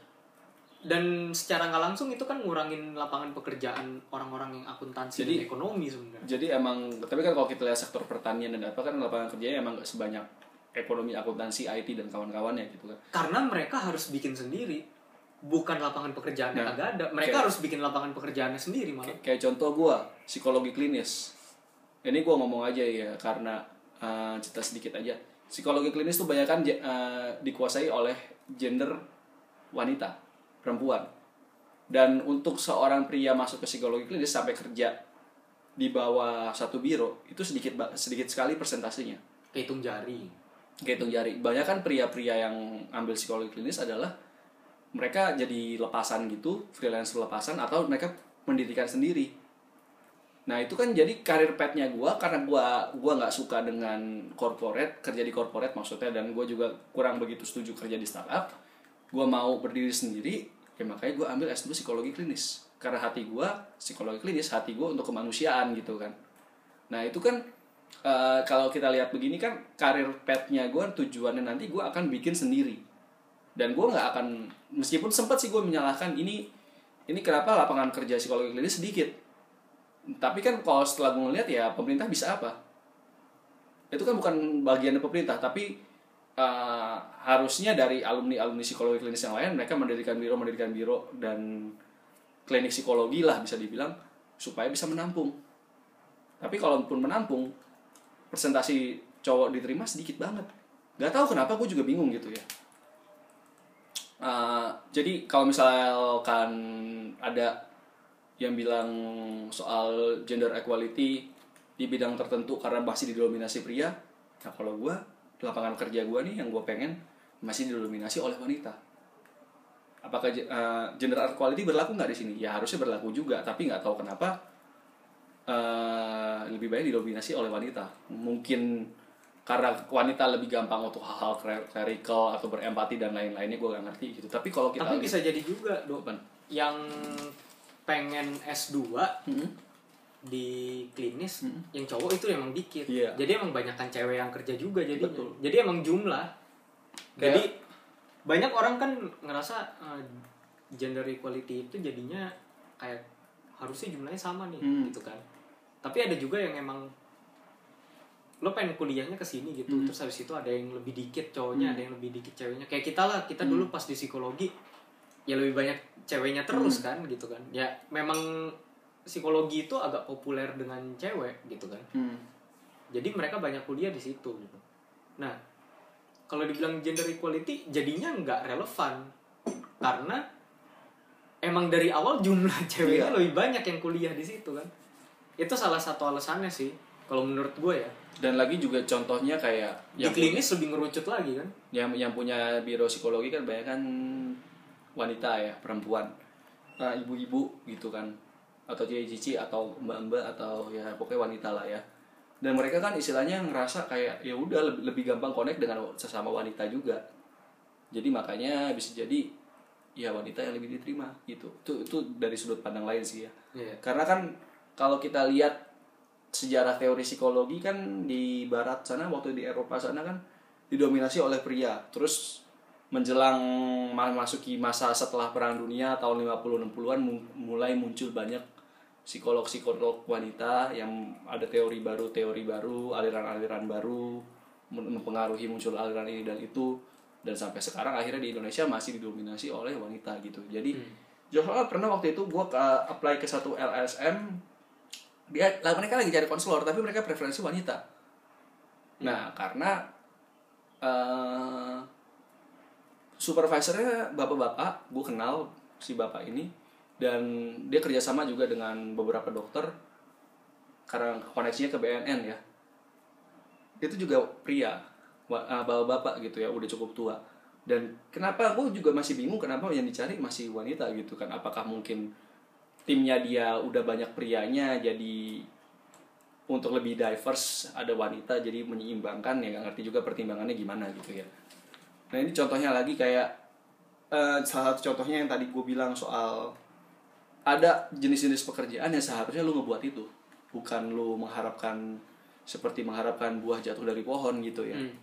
Dan secara nggak langsung itu kan ngurangin lapangan pekerjaan orang-orang yang akuntansi jadi, dan ekonomi sebenarnya. Jadi emang, tapi kan kalau kita lihat sektor pertanian dan apa kan lapangan kerjanya emang nggak sebanyak ekonomi, akuntansi, I T dan kawan-kawannya gitu kan. Karena mereka harus bikin sendiri, bukan lapangan pekerjaan yang nah, agak ada. Mereka kayak, harus bikin lapangan pekerjaannya sendiri malah. Kayak, kayak contoh gue, psikologi klinis. Ini gue ngomong aja ya karena uh, cerita sedikit aja. Psikologi klinis tuh banyak kan uh, dikuasai oleh gender wanita. Perempuan. Dan untuk seorang pria masuk ke psikologi klinis sampai kerja di bawah satu biro itu sedikit sedikit sekali persentasenya. Kehitung jari. Kehitung jari. Banyak kan pria-pria yang ambil psikologi klinis adalah mereka jadi lepasan gitu, freelance lepasan atau mereka mendirikan sendiri. Nah itu kan jadi karir path-nya gue karena gue gue nggak suka dengan corporate, kerja di corporate maksudnya, dan gue juga kurang begitu setuju kerja di startup. Gue mau berdiri sendiri, ya makanya gue ambil S dua psikologi klinis. Karena hati gue, psikologi klinis, hati gue untuk kemanusiaan gitu kan. Nah itu kan, uh, kalau kita lihat begini kan, karir path-nya gue, tujuannya nanti gue akan bikin sendiri. Dan gue gak akan, meskipun sempat sih gue menyalahkan, ini ini kenapa lapangan kerja psikologi klinis sedikit. Tapi kan kalau setelah gue ngeliat ya, pemerintah bisa apa? Itu kan bukan bagian dari pemerintah, tapi Uh, harusnya dari alumni-alumni psikologi klinis yang lain mereka mendirikan biro mendirikan biro dan klinik psikologi lah bisa dibilang supaya bisa menampung. Tapi kalaupun menampung persentasi cowok diterima sedikit banget. Gak tahu kenapa, gue juga bingung gitu ya. Uh, jadi kalau misalkan ada yang bilang soal gender equality di bidang tertentu karena masih didominasi pria, nah kalau gue lapangan kerja gue nih yang gue pengen masih didominasi oleh wanita. Apakah uh, gender equality berlaku nggak di sini? Ya harusnya berlaku juga, tapi nggak tahu kenapa uh, lebih banyak didominasi oleh wanita. Mungkin karena wanita lebih gampang untuk hal-hal clerical atau berempati dan lain-lainnya, gue nggak ngerti gitu. Tapi kalau kita tapi bisa jadi juga dong yang pengen S dua hmm? di klinis hmm. yang cowok itu emang dikit, yeah. Jadi emang banyakkan cewek yang kerja juga jadi, jadi emang jumlah. Kayak, jadi banyak orang kan ngerasa uh, gender equality itu jadinya kayak harusnya jumlahnya sama nih, hmm. gitu kan. Tapi ada juga yang emang lo pengen kuliahnya ke sini gitu, hmm. terus habis itu ada yang lebih dikit cowoknya, hmm. ada yang lebih dikit ceweknya. Kayak kita lah, kita hmm. dulu pas di psikologi ya lebih banyak ceweknya terus hmm. kan, gitu kan. Ya memang psikologi itu agak populer dengan cewek gitu kan. Hmm. jadi mereka banyak kuliah di situ gitu. Nah kalau dibilang gender equality jadinya nggak relevan karena emang dari awal jumlah ceweknya iya. lebih banyak yang kuliah di situ kan. Itu salah satu alasannya sih kalau menurut gue ya. Dan lagi juga contohnya kayak di klinis punya, lebih ngerucut lagi kan. Yang yang punya biro psikologi kan banyak kan wanita ya, perempuan. Nah, ibu-ibu gitu kan. Atau cici-cici atau mbak-mbak atau ya pokoknya wanita lah ya. Dan mereka kan istilahnya ngerasa kayak ya udah lebih, lebih gampang connect dengan sesama wanita juga. Jadi makanya bisa jadi ya wanita yang lebih diterima gitu. Itu itu dari sudut pandang lain sih ya. Yeah. Karena kan kalau kita lihat sejarah teori psikologi kan di barat sana waktu di Eropa sana kan didominasi oleh pria. Terus menjelang masuki masa setelah Perang Dunia tahun lima puluh enam puluhan mulai muncul banyak psikolog-psikolog wanita yang ada teori baru, teori baru, aliran-aliran baru mempengaruhi muncul aliran ini dan itu. Dan sampai sekarang akhirnya di Indonesia masih didominasi oleh wanita gitu. Jadi hmm. Joshua pernah waktu itu gue uh, apply ke satu L S M, dia lah mereka lagi cari konselor tapi mereka preferensi wanita. Hmm. Nah karena uh, supervisornya bapak-bapak, gue kenal si bapak ini dan dia kerjasama juga dengan beberapa dokter karena koneksinya ke B N N ya. Itu juga pria. Bapak-bapak gitu ya udah cukup tua dan kenapa gue juga masih bingung kenapa yang dicari masih wanita gitu kan, apakah mungkin timnya dia udah banyak prianya jadi untuk lebih diverse ada wanita jadi menyeimbangkan ya nggak ngerti juga pertimbangannya gimana gitu ya. Nah ini contohnya lagi kayak uh, salah satu contohnya yang tadi gue bilang soal ada jenis-jenis pekerjaan yang seharusnya lu ngebuat itu bukan lu mengharapkan seperti mengharapkan buah jatuh dari pohon gitu ya. hmm.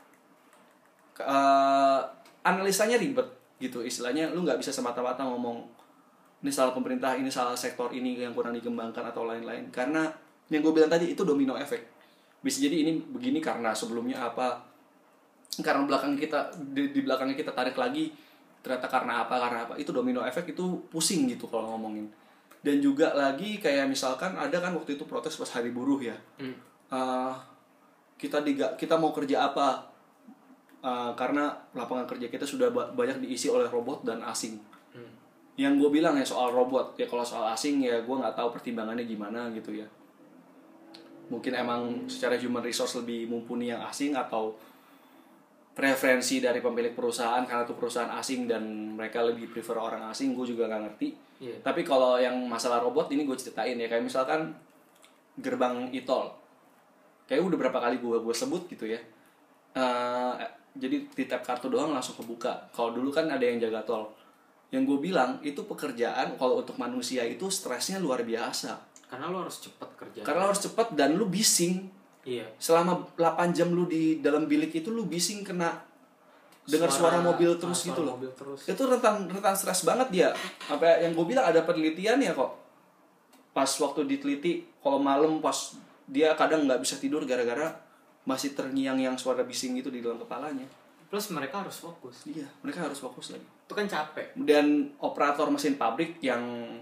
Uh, analisanya ribet gitu istilahnya, lu nggak bisa semata-mata ngomong ini salah pemerintah, ini salah sektor ini yang kurang dikembangkan atau lain-lain karena yang gue bilang tadi itu domino efek. Bisa jadi ini begini karena sebelumnya apa, karena belakang kita di, di belakangnya kita tarik lagi ternyata karena apa karena apa itu domino efek, itu pusing gitu kalau ngomongin. Dan juga lagi kayak misalkan ada kan waktu itu protes pas hari buruh ya. hmm. uh, kita diga, kita mau kerja apa Uh, karena lapangan kerja kita sudah ba- banyak diisi oleh robot dan asing. Hmm. Yang gue bilang ya soal robot ya, kalau soal asing ya gue nggak tahu pertimbangannya gimana gitu ya. Mungkin emang secara human resource lebih mumpuni yang asing atau preferensi dari pemilik perusahaan karena itu perusahaan asing dan mereka lebih prefer orang asing, gue juga nggak ngerti. Yeah. Tapi kalau yang masalah robot ini gue ceritain ya, kayak misalkan gerbang e-tol, kayak udah berapa kali gue gue sebut gitu ya. Uh, jadi di tap kartu doang langsung kebuka. Kalau dulu kan ada yang jaga tol. Yang gue bilang itu pekerjaan kalau untuk manusia itu stresnya luar biasa. Karena lo harus cepat kerja. Karena lo harus cepat dan lo bising. Iya. Selama delapan jam lo di dalam bilik itu lo bising kena dengar suara, suara mobil terus suara gitu loh. Mobil terus. Itu rentan rentan stres banget dia. Apa yang gue bilang ada penelitian ya kok. Pas waktu diteliti kalau malam pas dia kadang nggak bisa tidur gara-gara masih terngiang-ngiang suara bising gitu di dalam kepalanya. Plus mereka harus fokus. Iya, mereka harus fokus lagi. Itu kan capek. Dan operator mesin pabrik yang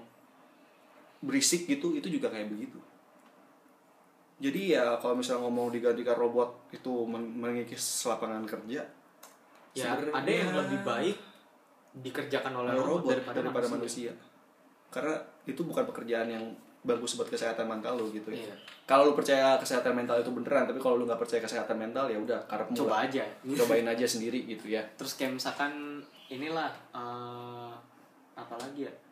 berisik gitu, itu juga kayak begitu. Jadi ya kalau misalnya ngomong digantikan robot itu mengikis lapangan kerja, ya ada yang lebih baik dikerjakan oleh robot, robot daripada, daripada manusia. manusia. Karena itu bukan pekerjaan yang bagus buat kesehatan mental lo gitu ya. Iya. Kalau lo percaya kesehatan mental itu beneran, tapi kalau lo nggak percaya kesehatan mental ya udah karepmu. Coba aja. Cobain aja sendiri gitu ya. Terus kayak misalkan inilah uh, apa lagi ya?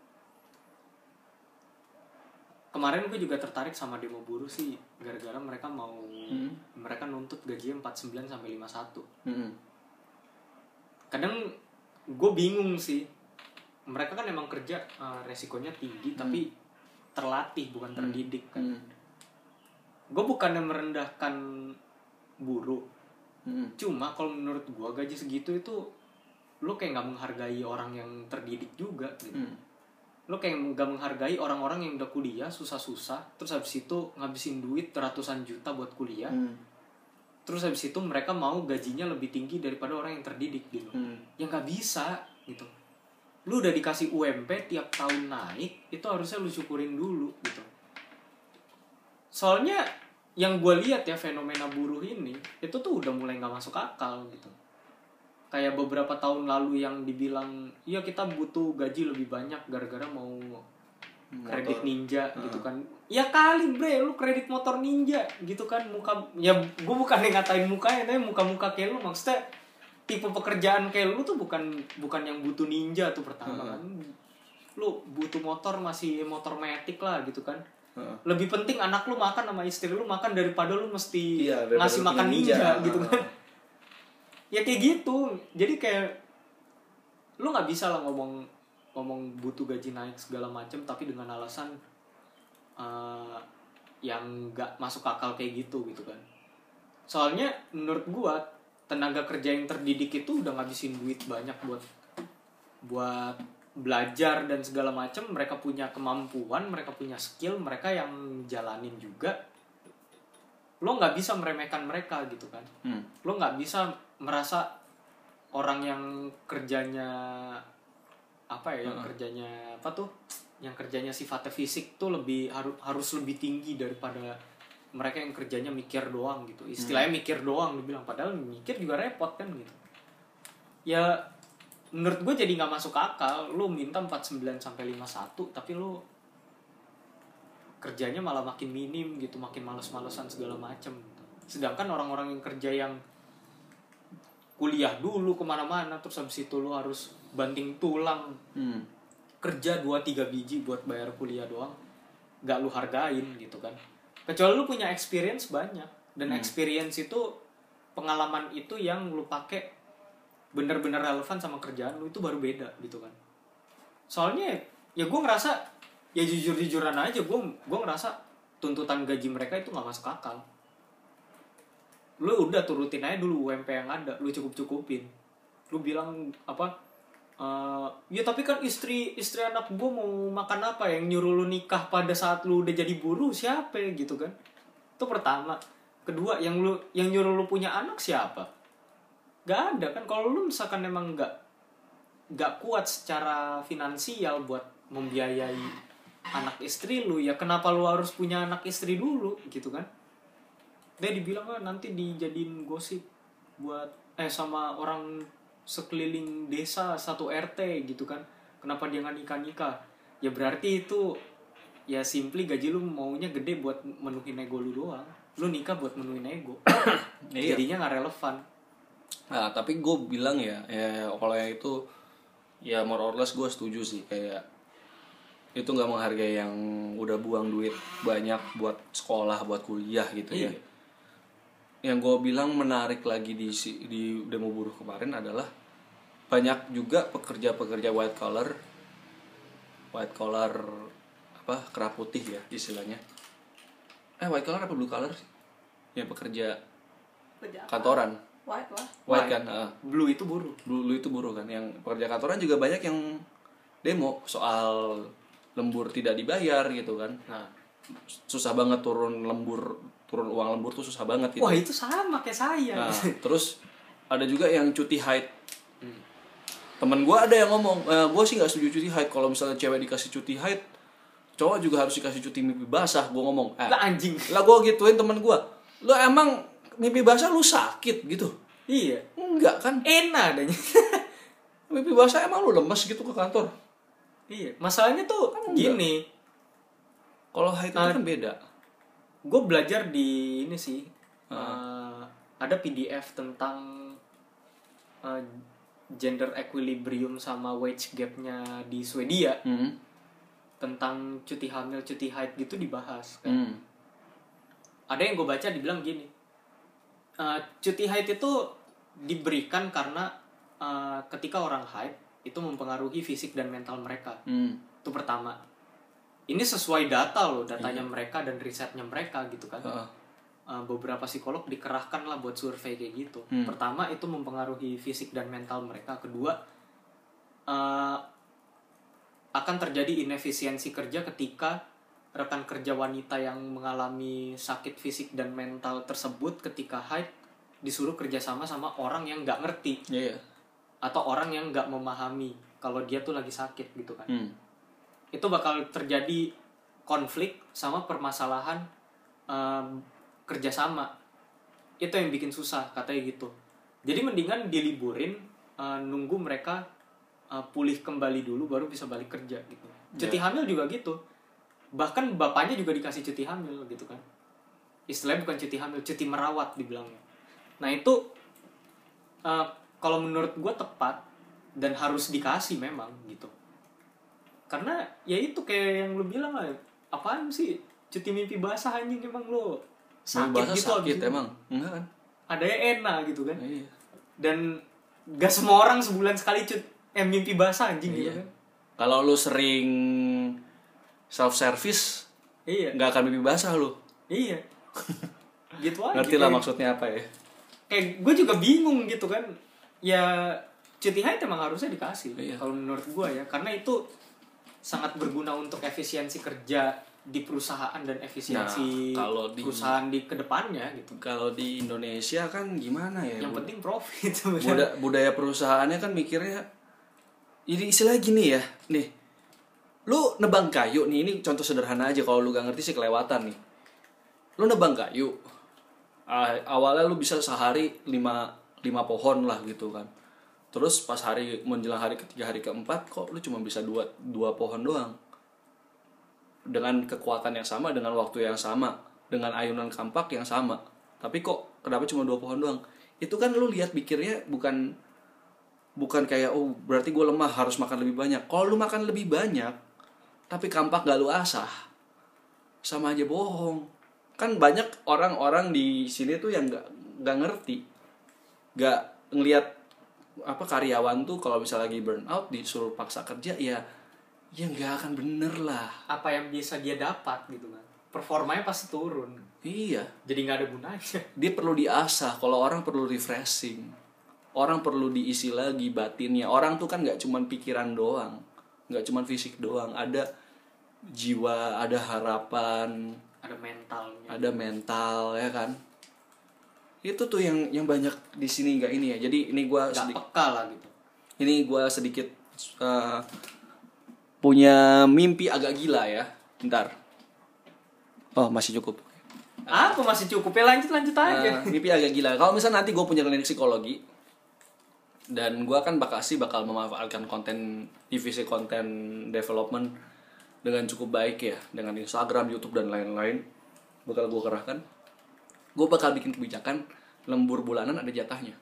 Kemarin gue juga tertarik sama demo buruh sih, gara-gara mereka mau hmm. mereka nuntut gajinya empat puluh sembilan sampai lima puluh satu. Hmm. Kadang gue bingung sih. Mereka kan emang kerja uh, resikonya tinggi hmm. tapi terlatih bukan terdidik kan. Hmm. Gue bukannya merendahkan buruh. Hmm. Cuma kalau menurut gue gaji segitu itu lo kayak nggak menghargai orang yang terdidik juga gitu. Hmm. Lo kayak nggak menghargai orang-orang yang udah kuliah susah-susah terus habis itu ngabisin duit ratusan juta buat kuliah. Hmm. Terus habis itu mereka mau gajinya lebih tinggi daripada orang yang terdidik gitu. Hmm. Ya nggak bisa gitu. Lu udah dikasih U M P tiap tahun naik, itu harusnya lu syukurin dulu gitu. Soalnya yang gue lihat ya fenomena buruh ini itu tuh udah mulai nggak masuk akal gitu. Kayak beberapa tahun lalu yang dibilang iya kita butuh gaji lebih banyak gara-gara mau kredit ninja uh. gitu kan. Ya kali bre, lu kredit motor ninja gitu kan. Muka ya gue bukan ngatain mukanya, tapi muka-muka kayak lu maksudnya tipe pekerjaan kayak lu tuh bukan bukan yang butuh ninja tuh pertama uh. kan. Lu butuh motor masih motor matic lah gitu kan. Uh. Lebih penting anak lu makan sama istri lu makan daripada lu mesti iya, ngasih makan ninja, ninja gitu kan. Ya kayak gitu. Jadi kayak lu nggak bisa lah ngomong ngomong butuh gaji naik segala macam tapi dengan alasan uh, yang nggak masuk akal kayak gitu gitu kan. Soalnya menurut gua tenaga kerja yang terdidik itu udah ngabisin duit banyak buat buat belajar dan segala macam. Mereka punya kemampuan, mereka punya skill, mereka yang jalanin juga. Lo nggak bisa meremehkan mereka gitu kan. hmm. Lo nggak bisa merasa orang yang kerjanya apa ya, uh-huh. yang kerjanya apa tuh, yang kerjanya sifatnya fisik tuh lebih harus harus lebih tinggi daripada mereka yang kerjanya mikir doang gitu. Istilahnya hmm. mikir doang dibilang, padahal mikir juga repot kan gitu. Ya menurut gue jadi nggak masuk akal. Lu minta empat puluh sembilan sampai lima puluh satu tapi lu kerjanya malah makin minim gitu, makin males-malesan segala macem gitu. Sedangkan orang-orang yang kerja yang kuliah dulu kemana-mana terus habis itu lu harus banting tulang hmm. kerja dua tiga biji buat bayar kuliah doang, nggak lu hargain gitu kan. Kecuali lu punya experience banyak, dan hmm. experience itu, pengalaman itu yang lu pakai bener-bener relevan sama kerjaan lu, itu baru beda gitu kan. Soalnya ya gue ngerasa ya jujur-jujuran aja, gue gue ngerasa tuntutan gaji mereka itu nggak masuk akal. Lu udah turutin aja dulu U M P yang ada, lu cukup-cukupin. Lu bilang apa, uh, ya tapi kan istri istri anak gue mau makan apa, yang nyuruh lu nikah pada saat lu udah jadi buruh siapa gitu kan. Itu pertama. Kedua, yang lu yang nyuruh lu punya anak siapa? Gak ada kan. Kalau lu misalkan emang gak gak kuat secara finansial buat membiayai anak istri lu, ya kenapa lu harus punya anak istri dulu gitu kan. Dia dibilang kan nanti dijadiin gosip buat eh sama orang sekeliling desa satu R T gitu kan, kenapa dia nggak nikah-nikah. Ya berarti itu ya simply gaji lu maunya gede buat menuhin ego lu doang. Lu nikah buat menuhin ego. Jadinya nggak relevan. Nah tapi gue bilang ya, ya kalau yang itu ya more or less gue setuju sih. Kayak itu nggak menghargai yang udah buang duit banyak buat sekolah, buat kuliah gitu iya. ya. Yang gue bilang menarik lagi di di demo buruh kemarin adalah banyak juga pekerja-pekerja white collar, white collar apa kerah putih ya istilahnya. Eh white collar apa blue collar sih? Yang pekerja kantoran. White lah. White kan. Uh. Blue itu buruh. Blue, blue itu buruh kan. Yang pekerja kantoran juga banyak yang demo soal lembur tidak dibayar gitu kan. Nah, susah banget turun lembur, turun uang lembur tuh susah banget gitu. Wah, itu sama kayak saya. Nah, terus ada juga yang cuti haid. Hmm. Temen gue ada yang ngomong, e, gue sih nggak setuju cuti haid. Kalau misalnya cewek dikasih cuti haid, cowok juga harus dikasih cuti mimpi basah. Gue ngomong, eh, lah anjing. Lah gue gituin temen gue, lo emang mimpi basah lu sakit gitu? Iya. Enggak kan? Enak adanya. Mimpi basah emang lu lemes gitu ke kantor? Iya. Masalahnya tuh kan gini. Kalau haid uh, itu kan beda. Gue belajar di ini sih. Uh. Uh, ada P D F tentang uh, gender equilibrium sama wage gap-nya di Swedia. Hmm. Tentang cuti hamil, cuti haid gitu dibahas kan. Hmm. Ada yang gue baca dibilang gini. Uh, cuti haid itu diberikan karena uh, ketika orang haid itu mempengaruhi fisik dan mental mereka. Hmm. Itu pertama. Ini sesuai data loh, datanya iya. mereka dan risetnya mereka gitu kan. Uh. Uh, beberapa psikolog dikerahkan lah buat survei kayak gitu. Hmm. Pertama itu mempengaruhi fisik dan mental mereka. Kedua uh, akan terjadi inefisiensi kerja ketika rekan kerja wanita yang mengalami sakit fisik dan mental tersebut ketika haid disuruh kerjasama sama orang yang nggak ngerti. Yeah. Atau orang yang nggak memahami kalau dia tuh lagi sakit gitu kan. Hmm. Itu bakal terjadi konflik sama permasalahan um, kerjasama. Itu yang bikin susah katanya gitu. Jadi mendingan diliburin, uh, nunggu mereka uh, pulih kembali dulu baru bisa balik kerja gitu. Cuti yeah. hamil juga gitu. Bahkan bapaknya juga dikasih cuti hamil gitu kan. Istilahnya bukan cuti hamil, cuti merawat dibilangnya. Nah itu uh, kalau menurut gue tepat dan harus dikasih memang gitu. Karena ya itu kayak yang lu bilang lah, apaan sih cuti mimpi basah anjing, emang lu sakit basah gitu sakit abis emang enggak kan? Ada yang enak gitu kan? Iya. Dan gak semua orang sebulan sekali cuti eh, mimpi basah anjing iya. gitu kan? Kalau lu sering self service, iya, nggak akan mimpi basah lu. Iya. Gitu aja. Ngerti lah maksudnya apa ya? Kayak gue juga bingung gitu kan. Ya cuti haid emang harusnya dikasih iya. kalau menurut gue ya, karena itu sangat berguna untuk efisiensi kerja di perusahaan dan efisiensi nah, kalau di, perusahaan di kedepannya gitu. Kalau di Indonesia kan gimana ya? Yang penting profit. Budaya, budaya perusahaannya kan mikirnya, ini istilah gini ya, nih, lu nebang kayu nih, ini contoh sederhana aja, kalau lu gak ngerti sih kelewatan nih. Lu nebang kayu, awalnya lu bisa sehari lima, lima pohon lah gitu kan. Terus pas hari menjelang hari ketiga, hari keempat, kok lu cuma bisa dua, dua pohon doang. Dengan kekuatan yang sama, dengan waktu yang sama, dengan ayunan kampak yang sama. Tapi kok kenapa cuma dua pohon doang? Itu kan lu lihat pikirnya bukan bukan kayak oh berarti gue lemah harus makan lebih banyak. Kalau lu makan lebih banyak, tapi kampak gak lu asah, sama aja bohong. Kan banyak orang-orang di sini tuh yang gak, gak ngerti, gak ngelihat apa karyawan tuh kalau misalnya lagi burn out disuruh paksa kerja ya ya nggak akan bener lah. Apa yang bisa dia dapat gitu kan, performanya pasti turun. Iya, jadi nggak ada gunanya. Dia perlu diasah. Kalau orang perlu refreshing, orang perlu diisi lagi batinnya. Orang tuh kan nggak cuman pikiran doang, nggak cuman fisik doang, ada jiwa, ada harapan, ada mentalnya, ada mental ya kan. Itu tuh yang yang banyak di sini nggak ini ya. Jadi ini gue sedikit peka lah gitu. Ini gue sedikit uh, punya mimpi agak gila ya. Bentar. Oh masih cukup. Apa masih cukup ya, lanjut lanjut aja. Uh, mimpi agak gila. Kalau misalnya nanti gue punya klinik psikologi dan gue kan bakal sih bakal memanfaatkan konten divisi konten development dengan cukup baik ya, dengan Instagram, YouTube dan lain-lain. Bakal gue kerahkan. Gue bakal bikin kebijakan lembur bulanan ada jatahnya.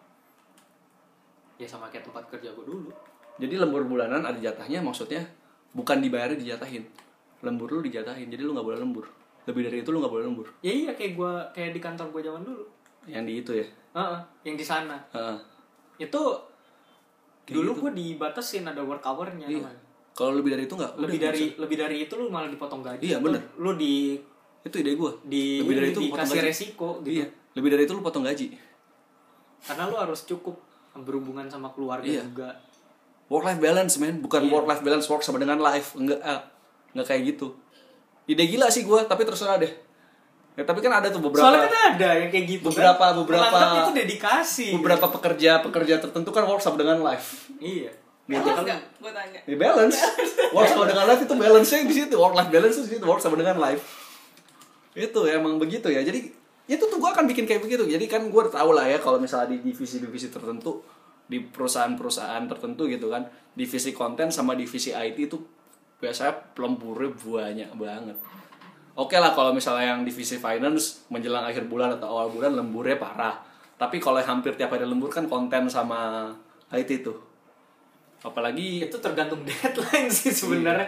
Ya sama kayak tempat kerja gue dulu. Jadi lembur bulanan ada jatahnya, maksudnya bukan dibayar dijatahin. Lembur lu dijatahin, jadi lu gak boleh lembur. Lebih dari itu lu gak boleh lembur. Ya iya kayak gue kayak di kantor gue zaman dulu. Yang di itu ya? Uh-uh, yang di sana. Uh-uh. Itu kayak dulu gitu. Gue dibatasin ada work hour-nya. Iya. Kalau lebih dari itu nggak? Lebih dari bisa. Lebih dari itu lu malah dipotong gaji. Iya benar. Lu di itu ide gue. Di lebih dari itu dikasih resiko gitu. Iya. Lebih dari itu lu potong gaji. Karena lu harus cukup berhubungan sama keluarga iya. juga. Work life balance men, bukan iya. work life balance work sama dengan life. Enggak, ah, enggak kayak gitu. Ide gila sih gue, tapi terserah deh. Ya, tapi kan ada tuh beberapa. Soalnya kan ada yang kayak gitu. Beberapa kan? beberapa. Mantap itu dedikasi. Beberapa gitu. pekerja-pekerja tertentu kan work sama dengan life. Iya. Balance kan, gak? Gue tanya. Ya, balance. Work sama dengan life itu balance-nya di situ. Work life balance itu di situ. Work sama dengan life. Itu emang begitu ya. Jadi itu tuh gue akan bikin kayak begitu. Jadi kan gue tahu lah ya kalau misalnya di divisi-divisi tertentu, di perusahaan-perusahaan tertentu gitu kan, divisi konten sama divisi I T itu biasanya lemburnya banyak banget. Oke lah kalau misalnya yang divisi finance menjelang akhir bulan atau awal bulan lemburnya parah. Tapi kalau hampir tiap hari lembur kan konten sama I T tuh. Apalagi itu tergantung deadline sih sebenarnya.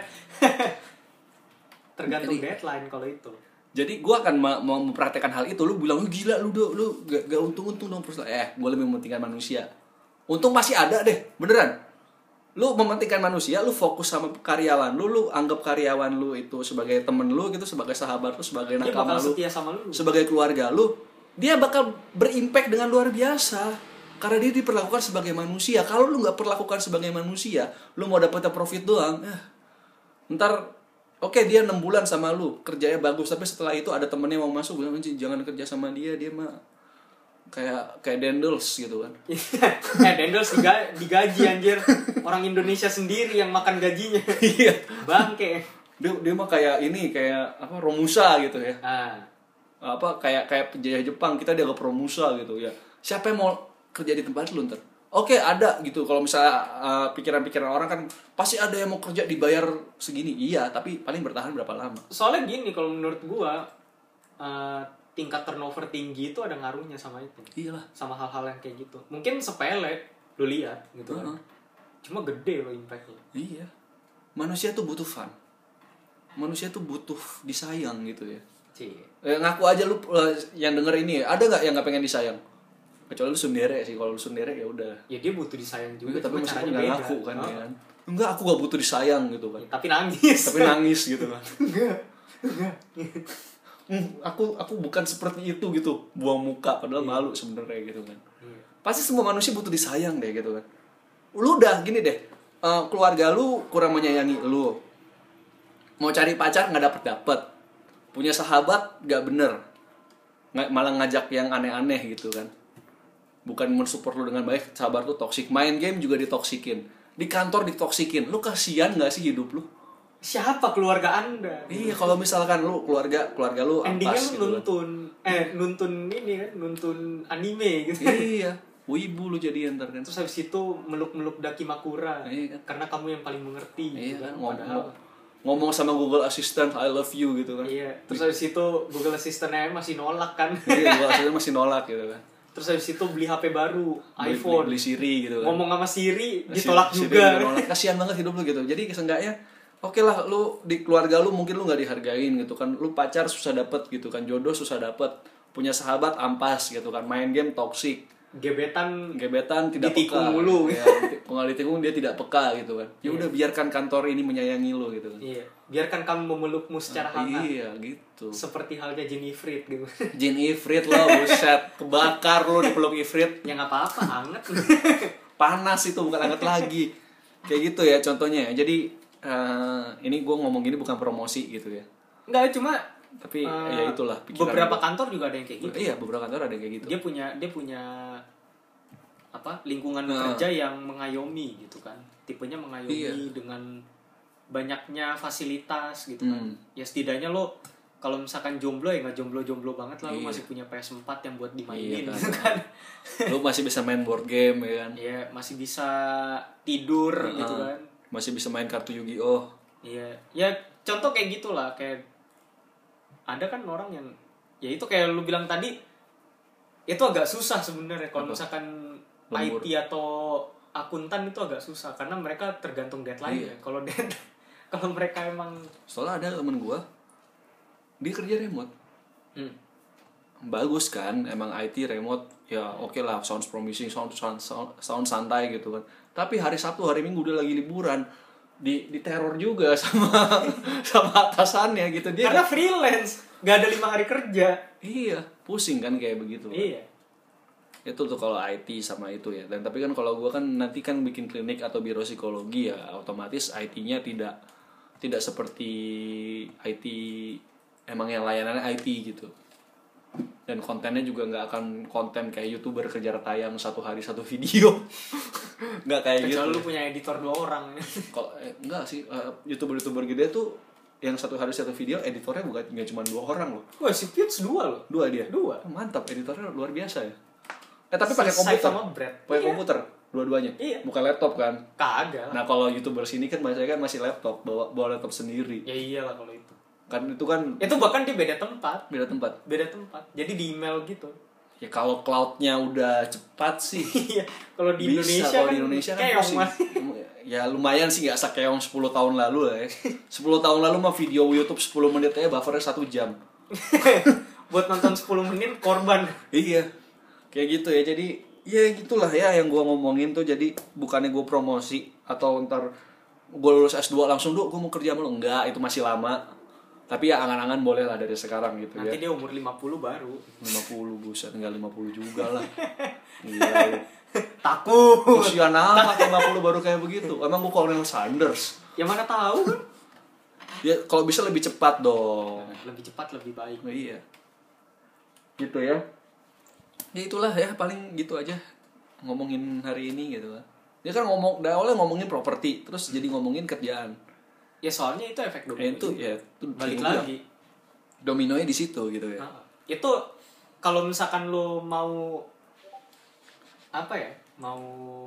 Tergantung jadi, deadline kalau itu. Jadi gue akan ma- mau mempraktekkan hal itu. Lu bilang lu gila lu do, lu gak, gak untung-untung dong perusahaan. Eh, gue lebih mementingkan manusia. Untung masih ada deh, beneran. Lu mementingkan manusia, lu fokus sama karyawan lu, lu anggap karyawan lu itu sebagai temen lu gitu, sebagai sahabat lu, sebagai nakama lu, setia sama lu, sebagai keluarga lu, dia bakal berimpact dengan luar biasa. Karena dia diperlakukan sebagai manusia. Kalau lu nggak perlakukan sebagai manusia, lu mau dapetnya profit doang, eh, ntar oke okay, dia enam bulan sama lu, kerjanya bagus, tapi setelah itu ada temennya mau masuk, bilang jangan kerja sama dia, dia mah kayak kayak Dendels gitu kan. Eh Dendels diga- digaji anjir. Orang Indonesia sendiri yang makan gajinya. Iya. Bangke. Dia dia mah kayak ini kayak apa Romusa gitu ya. Ah. apa kayak kayak penjajah Jepang, kita dianggap Romusa gitu ya. Siapa yang mau kerja di tempat lu ntar? Oke, ada gitu. Kalau misalnya uh, pikiran-pikiran orang kan pasti ada yang mau kerja dibayar segini. Iya, tapi paling bertahan berapa lama? Soalnya gini, kalau menurut gua uh, tingkat turnover tinggi itu ada ngaruhnya sama itu. Iyalah. Sama hal-hal yang kayak gitu. Mungkin sepele lu lihat gitu kan. Uh-huh. Cuma gede loh impactnya. Iya. Manusia tuh butuh fun. Manusia tuh butuh disayang gitu ya. Cie. Eh, ngaku aja lu uh, yang denger ini ya. Ada nggak yang nggak pengen disayang? Kecuali lu sundere sih. Kalau lu sundere ya udah. Ya dia butuh disayang juga. Tapi maksudnya nggak ngaku kan, oh. ya kan. Enggak, aku gak butuh disayang gitu kan. Ya, tapi nangis. Tapi nangis gitu kan. Enggak. Enggak. Hmm, aku aku bukan seperti itu gitu. Buang muka padahal iya. Malu sebenarnya gitu kan. Iya. Pasti semua manusia butuh disayang deh gitu kan. Lu udah gini deh. Uh, keluarga lu kurang menyayangi lu. Mau cari pacar nggak dapet dapet. Punya sahabat nggak bener. Nggak, malah ngajak yang aneh-aneh gitu kan. Bukan mensupport lu dengan baik, sahabat lu toksik. Main game juga ditoksikin. Di kantor ditoksikin. Lu kasihan nggak sih hidup lu? Siapa keluarga Anda? Iya, kalau misalkan lu keluarga keluarga lu endingnya ampas lu gitu nuntun kan. eh nuntun ini kan, nuntun anime gitu. Iya, wibu lu jadi ntar kan. Terus habis itu meluk-meluk Dakimakura. Iya kan? Karena kamu yang paling mengerti Iya gitu kan. ngomong, Padahal ngomong sama Google Assistant I love you gitu kan. Iya, terus habis itu Google Assistant-nya masih nolak kan. Iya, Google Assistant masih nolak gitu kan. Terus habis itu beli H P baru, beli, iPhone. Beli, beli Siri gitu kan. Ngomong sama Siri Siri, ditolak Siri juga. Nolak. Kasihan banget hidup lu gitu. Jadi seenggaknya oke okay lah, lu di keluarga lu mungkin lu nggak dihargain gitu kan. Lu pacar susah dapet gitu kan, jodoh susah dapet, punya sahabat ampas gitu kan, main game toksik, gebetan gebetan tidak ditikung peka mulu. Ya, kalau ditikung dia tidak peka gitu kan. Ya udah, yeah. Biarkan kantor ini menyayangi lu gitu kan. Iya, biarkan kamu memelukmu secara ah, hangat. Iya gitu. Seperti halnya Jin Ifrit gitu. Jin Ifrit lo, buset, kebakar lo dipeluk Ifrit. Ya nggak apa-apa, hangat. Panas itu, bukan hangat lagi. Kayak gitu ya contohnya. Jadi uh, ini gue ngomong gini bukan promosi gitu ya. Enggak, cuma tapi uh, ya itulah pikiran beberapa gua. Kantor juga ada yang kayak gitu. Iya, beberapa kantor ada yang kayak gitu. Dia punya dia punya apa? Lingkungan nah. kerja yang mengayomi gitu kan. Tipenya mengayomi iya. dengan banyaknya fasilitas gitu kan. Hmm. Ya setidaknya lo kalau misalkan jomblo ya nggak jomblo-jomblo banget lah, iya. Lo masih punya P S four yang buat dimainin iya, kan. Gitu kan. Lo masih bisa main board game ya kan. Iya, masih bisa tidur uh-huh. gitu kan. Masih bisa main kartu Yu-Gi-Oh. Iya. Ya contoh kayak gitulah, kayak ada kan orang yang ya itu kayak lu bilang tadi, itu agak susah sebenarnya kalau misalkan Lembur. I T atau akuntan itu agak susah karena mereka tergantung deadline iya. ya. Kalau dead kalau mereka emang soalnya ada temen gua dia kerja remote. Hmm. Bagus kan, emang I T remote ya oke okay lah, sounds promising, sound, sound sound sound santai gitu kan. Tapi hari Sabtu, hari Minggu dia lagi liburan, di di teror juga sama sama atasannya gitu dia. Karena freelance, nggak ada lima hari kerja. Iya, pusing kan kayak begitu. Iya. Kan. Itu tuh kalau I T sama itu ya. Dan tapi kan kalau gua kan nanti kan bikin klinik atau biro psikologi ya, otomatis I T-nya tidak tidak seperti I T emang yang layanannya I T gitu. Dan kontennya juga nggak akan konten kayak YouTuber kejar tayang satu hari satu video. Nggak kayak gitu. Kecuali lu punya editor dua orang. Kalau eh, enggak sih, uh, YouTuber-YouTuber gede tuh yang satu hari satu video editornya bukan nggak cuma dua orang loh. Wah, si Piets dua loh. Dua dia. Dua. Oh, mantap, editornya luar biasa ya. Eh tapi pakai komputer. Pakai iya. komputer dua-duanya. Iya. Bukan laptop kan? Kagak. Nah, kalau YouTuber sini kan biasanya kan masih laptop, bawa bawa laptop sendiri. Ya iyalah kalau itu. Kan itu kan itu bahkan di beda tempat. Beda tempat. Beda tempat. Jadi di email gitu. Ya kalau cloud-nya udah cepat sih. Iya. Kalau di bisa, Indonesia kalau kan di Indonesia kan keong masih. Ya lumayan sih, nggak sakeong sepuluh tahun lalu lah ya. sepuluh tahun lalu mah video YouTube sepuluh menit aja buffernya satu jam. Buat nonton sepuluh menit korban. Iya. Kayak gitu ya. Jadi ya gitulah ya yang gua ngomongin tuh. Jadi bukannya gua promosi atau ntar gua lulus S dua langsung dulu gua mau kerja sama lu. Enggak, itu masih lama. Tapi ya angan-angan boleh lah dari sekarang gitu. Nanti ya. dia umur lima puluh baru. lima puluh buset, enggak lima puluh juga lah. Gila lu. Takut. Usia amat lima puluh baru kayak begitu. Emang gua Colonel Sanders. Ya mana tahu kan. Ya kalau bisa lebih cepat dong. Lebih cepat lebih baik. Oh, iya. Gitu ya. Ya itulah ya, paling gitu aja ngomongin hari ini gitu lah. Dia kan ngomong, dah awalnya ngomongin properti, terus hmm. jadi ngomongin kerjaan. Ya soalnya itu efek domino. Eh, itu ya itu balik lagi. Dominonya di situ gitu ya. Nah. itu kalau misalkan lo mau apa ya, mau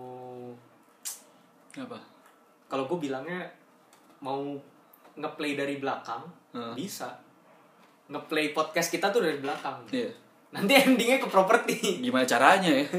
apa? Kalau gue bilangnya mau ngeplay dari belakang, uh. bisa ngeplay podcast kita tuh dari belakang. Iya. Nanti endingnya ke properti. Gimana caranya ya?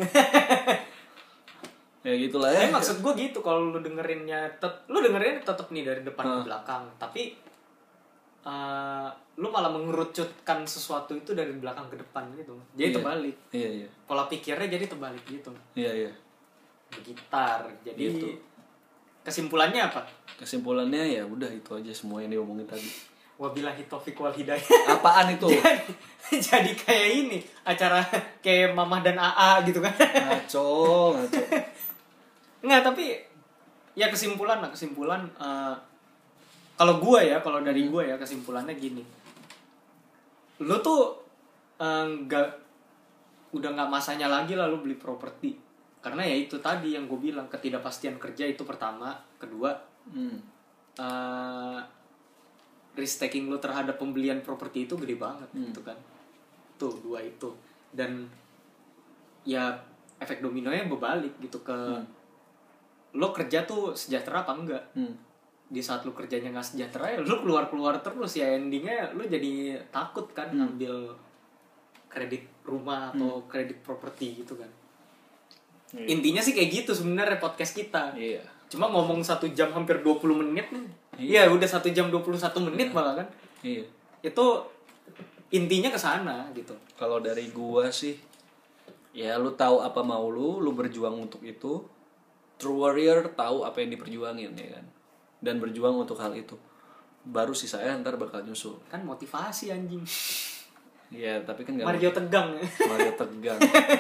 Ya gitulah ya. Tapi maksud gue gitu, kalau lu dengerinnya, tet- lu dengerinnya tetap nih dari depan uh. ke belakang, tapi uh, lu malah mengerucutkan sesuatu itu dari belakang ke depan gitu. Jadi iya. terbalik. Iya iya. Pola pikirnya jadi terbalik gitu. Iya iya. Gitar. Jadi gitu. Kesimpulannya apa? Kesimpulannya ya udah itu aja semua yang diomongin tadi. Wabillahi taufiq wal hidayah. Apaan itu? jadi, jadi kayak ini acara kayak Mamah dan A A gitu kan. Ngaco, ngaco. Enggak, tapi ya kesimpulan lah, kesimpulan uh, kalau gua ya, kalau dari gua ya kesimpulannya gini. Lu tuh enggak uh, udah enggak masanya lagi lah lu beli properti. Karena ya itu tadi yang gue bilang, ketidakpastian kerja itu pertama, kedua hmm. uh, risk taking lu terhadap pembelian properti itu gede banget hmm. gitu kan. Tuh dua itu. Dan ya efek dominonya berbalik gitu ke hmm. lo kerja tuh sejahtera apa enggak. Hmm. Di saat lu kerjanya nggak sejahtera ya lu keluar-keluar terus, ya endingnya lu jadi takut kan hmm. ngambil kredit rumah atau hmm. kredit properti gitu kan. Iya. Intinya sih kayak gitu sebenarnya podcast kita. Iya. Cuma ngomong satu jam hampir dua puluh menit nih. Iya, ya, udah satu jam dua puluh satu menit iya. malah kan. Iya. Itu intinya ke sana gitu. Kalau dari gua sih ya lu tahu apa mau lu, lu berjuang untuk itu. True warrior tahu apa yang diperjuangin ya kan. Dan berjuang untuk hal itu. Baru sisanya ntar bakal nyusul. Kan motivasi anjing. Iya, tapi kan gak Mario Tegang. Mario Tegang.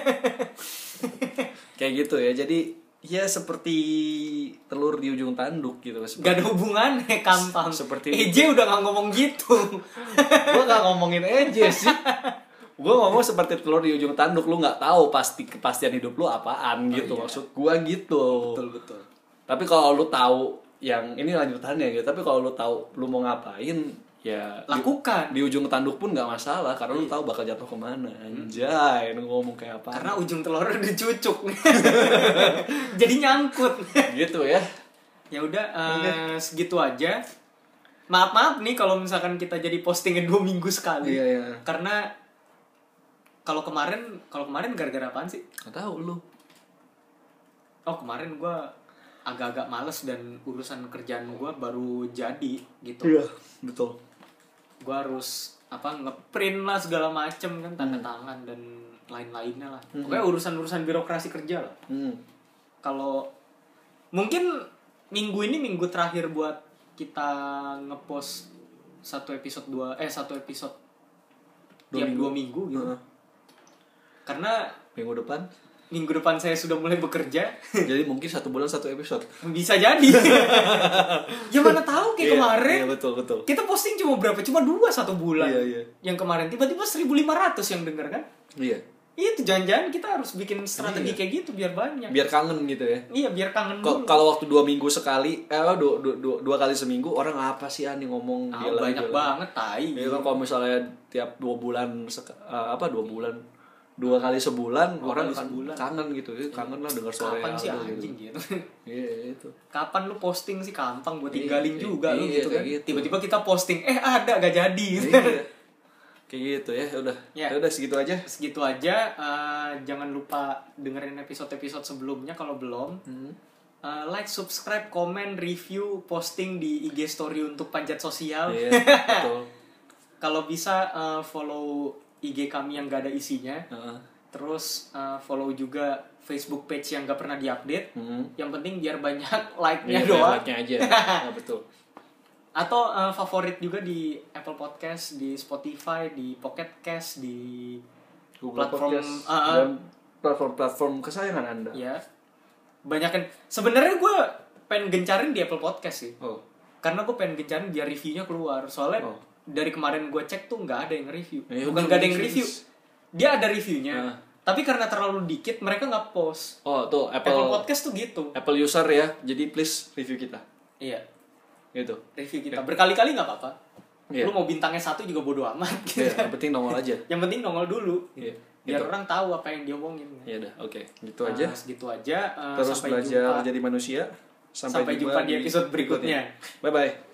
Kayak gitu ya. Jadi ya seperti telur di ujung tanduk gitu. Seperti, gak ada hubungannya Kampang. Seperti E J udah gak ngomong gitu. Gue gak ngomongin E J sih. Gue ngomong seperti telur di ujung tanduk. Lu gak tahu pasti kepastian hidup lu apaan oh, gitu. Iya. Maksud gue gitu. Betul betul. Tapi kalau lu tahu yang ini lanjutannya gitu. Tapi kalau lu tahu lu mau ngapain, ya lakukan. Di, di ujung tanduk pun nggak masalah karena iya. lu tahu bakal jatuh kemana. Anjay, lu ngomong kayak apa? Karena ujung telurnya dicucuk. Jadi nyangkut. Gitu ya. Ya udah uh, segitu aja. Maaf maaf nih kalau misalkan kita jadi postingnya dua minggu sekali. Iya, iya. Karena kalau kemarin kalau kemarin gara-gara apaan sih? Nggak tahu lu. Oh kemarin gue agak-agak males dan urusan kerjaan gue baru jadi gitu. Iya betul. Gue harus apa ngeprint lah segala macem kan, tanda hmm. tangan dan lain-lainnya lah. Hmm. Pokoknya urusan-urusan birokrasi kerja lah. Hmm. Kalau mungkin minggu ini minggu terakhir buat kita ngepost satu episode dua eh satu episode dua tiap minggu. dua minggu gitu. Hmm. Karena minggu depan minggu depan saya sudah mulai bekerja. Jadi mungkin satu bulan satu episode. Bisa jadi. Ya mana tahu kayak yeah, kemarin. Iya betul betul. Kita posting cuma berapa? Cuma dua satu bulan. Iya yeah, iya. Yeah. Yang kemarin tiba-tiba seribu lima ratus yang denger kan? Iya. Yeah. Itu jangan-jangan kita harus bikin strategi yeah. kayak gitu biar banyak. Biar kangen gitu ya. Iya biar kangen. K- Kalau waktu dua minggu sekali, eh dua, dua, dua, dua kali seminggu orang apa sih Ani ngomong ah, dia banyak lagi, banget tai. Iya kan kalau misalnya tiap dua bulan sek- uh, apa dua bulan dua kali sebulan dua orang kali kan sebulan. kangen gitu ya, kangen lah dengar suara kapan sih Aldo anjing gitu. Iya gitu. itu. Kapan lu posting sih Kampang buat tinggalin iya, juga iya, lu gitu kan. gitu. Tiba-tiba kita posting eh ada gak jadi. Iya. Kayak gitu ya, udah. Ya udah segitu aja. Segitu aja. Uh, jangan lupa dengerin episode-episode sebelumnya kalau belum. Hmm. Uh, like, subscribe, comment, review, posting di I G story untuk panjat sosial. Iya, betul. Kalau bisa uh, follow I G kami yang gak ada isinya. Uh-huh. Terus uh, follow juga Facebook page yang gak pernah diupdate. Hmm. Yang penting biar banyak like-nya ya, doang. Like-nya aja. Nah, betul. Atau uh, favorit juga di Apple Podcast, di Spotify, di Pocket Cast, di Google platform Podcast, uh, dan platform-platform kesayangan Anda. Ya. Banyakan. Sebenarnya gue pengen gencarin di Apple Podcast sih. Oh. Karena gue pengen gencarin biar reviewnya keluar. Soalnya oh. dari kemarin gue cek tuh nggak ada yang review. Ya, bukan nggak ada yang review. Dia ada reviewnya. Uh. Tapi karena terlalu dikit mereka nggak post. Oh tuh Apple, Apple Podcast tuh gitu. Apple user ya. Jadi please review kita. Iya. Gitu. Review kita. Berkali-kali nggak apa-apa. Yeah. Lu mau bintangnya satu juga bodo amat gitu. Yeah, yang penting nongol aja. Yang penting nongol dulu. Yeah, biar gitu. orang tahu apa yang diomongin. Ya udah, oke. Okay. Gitu nah, aja. Segitu aja. Uh, Terus sampai belajar jumpa. jadi manusia. Sampai, sampai jumpa di episode berikutnya. Bye bye.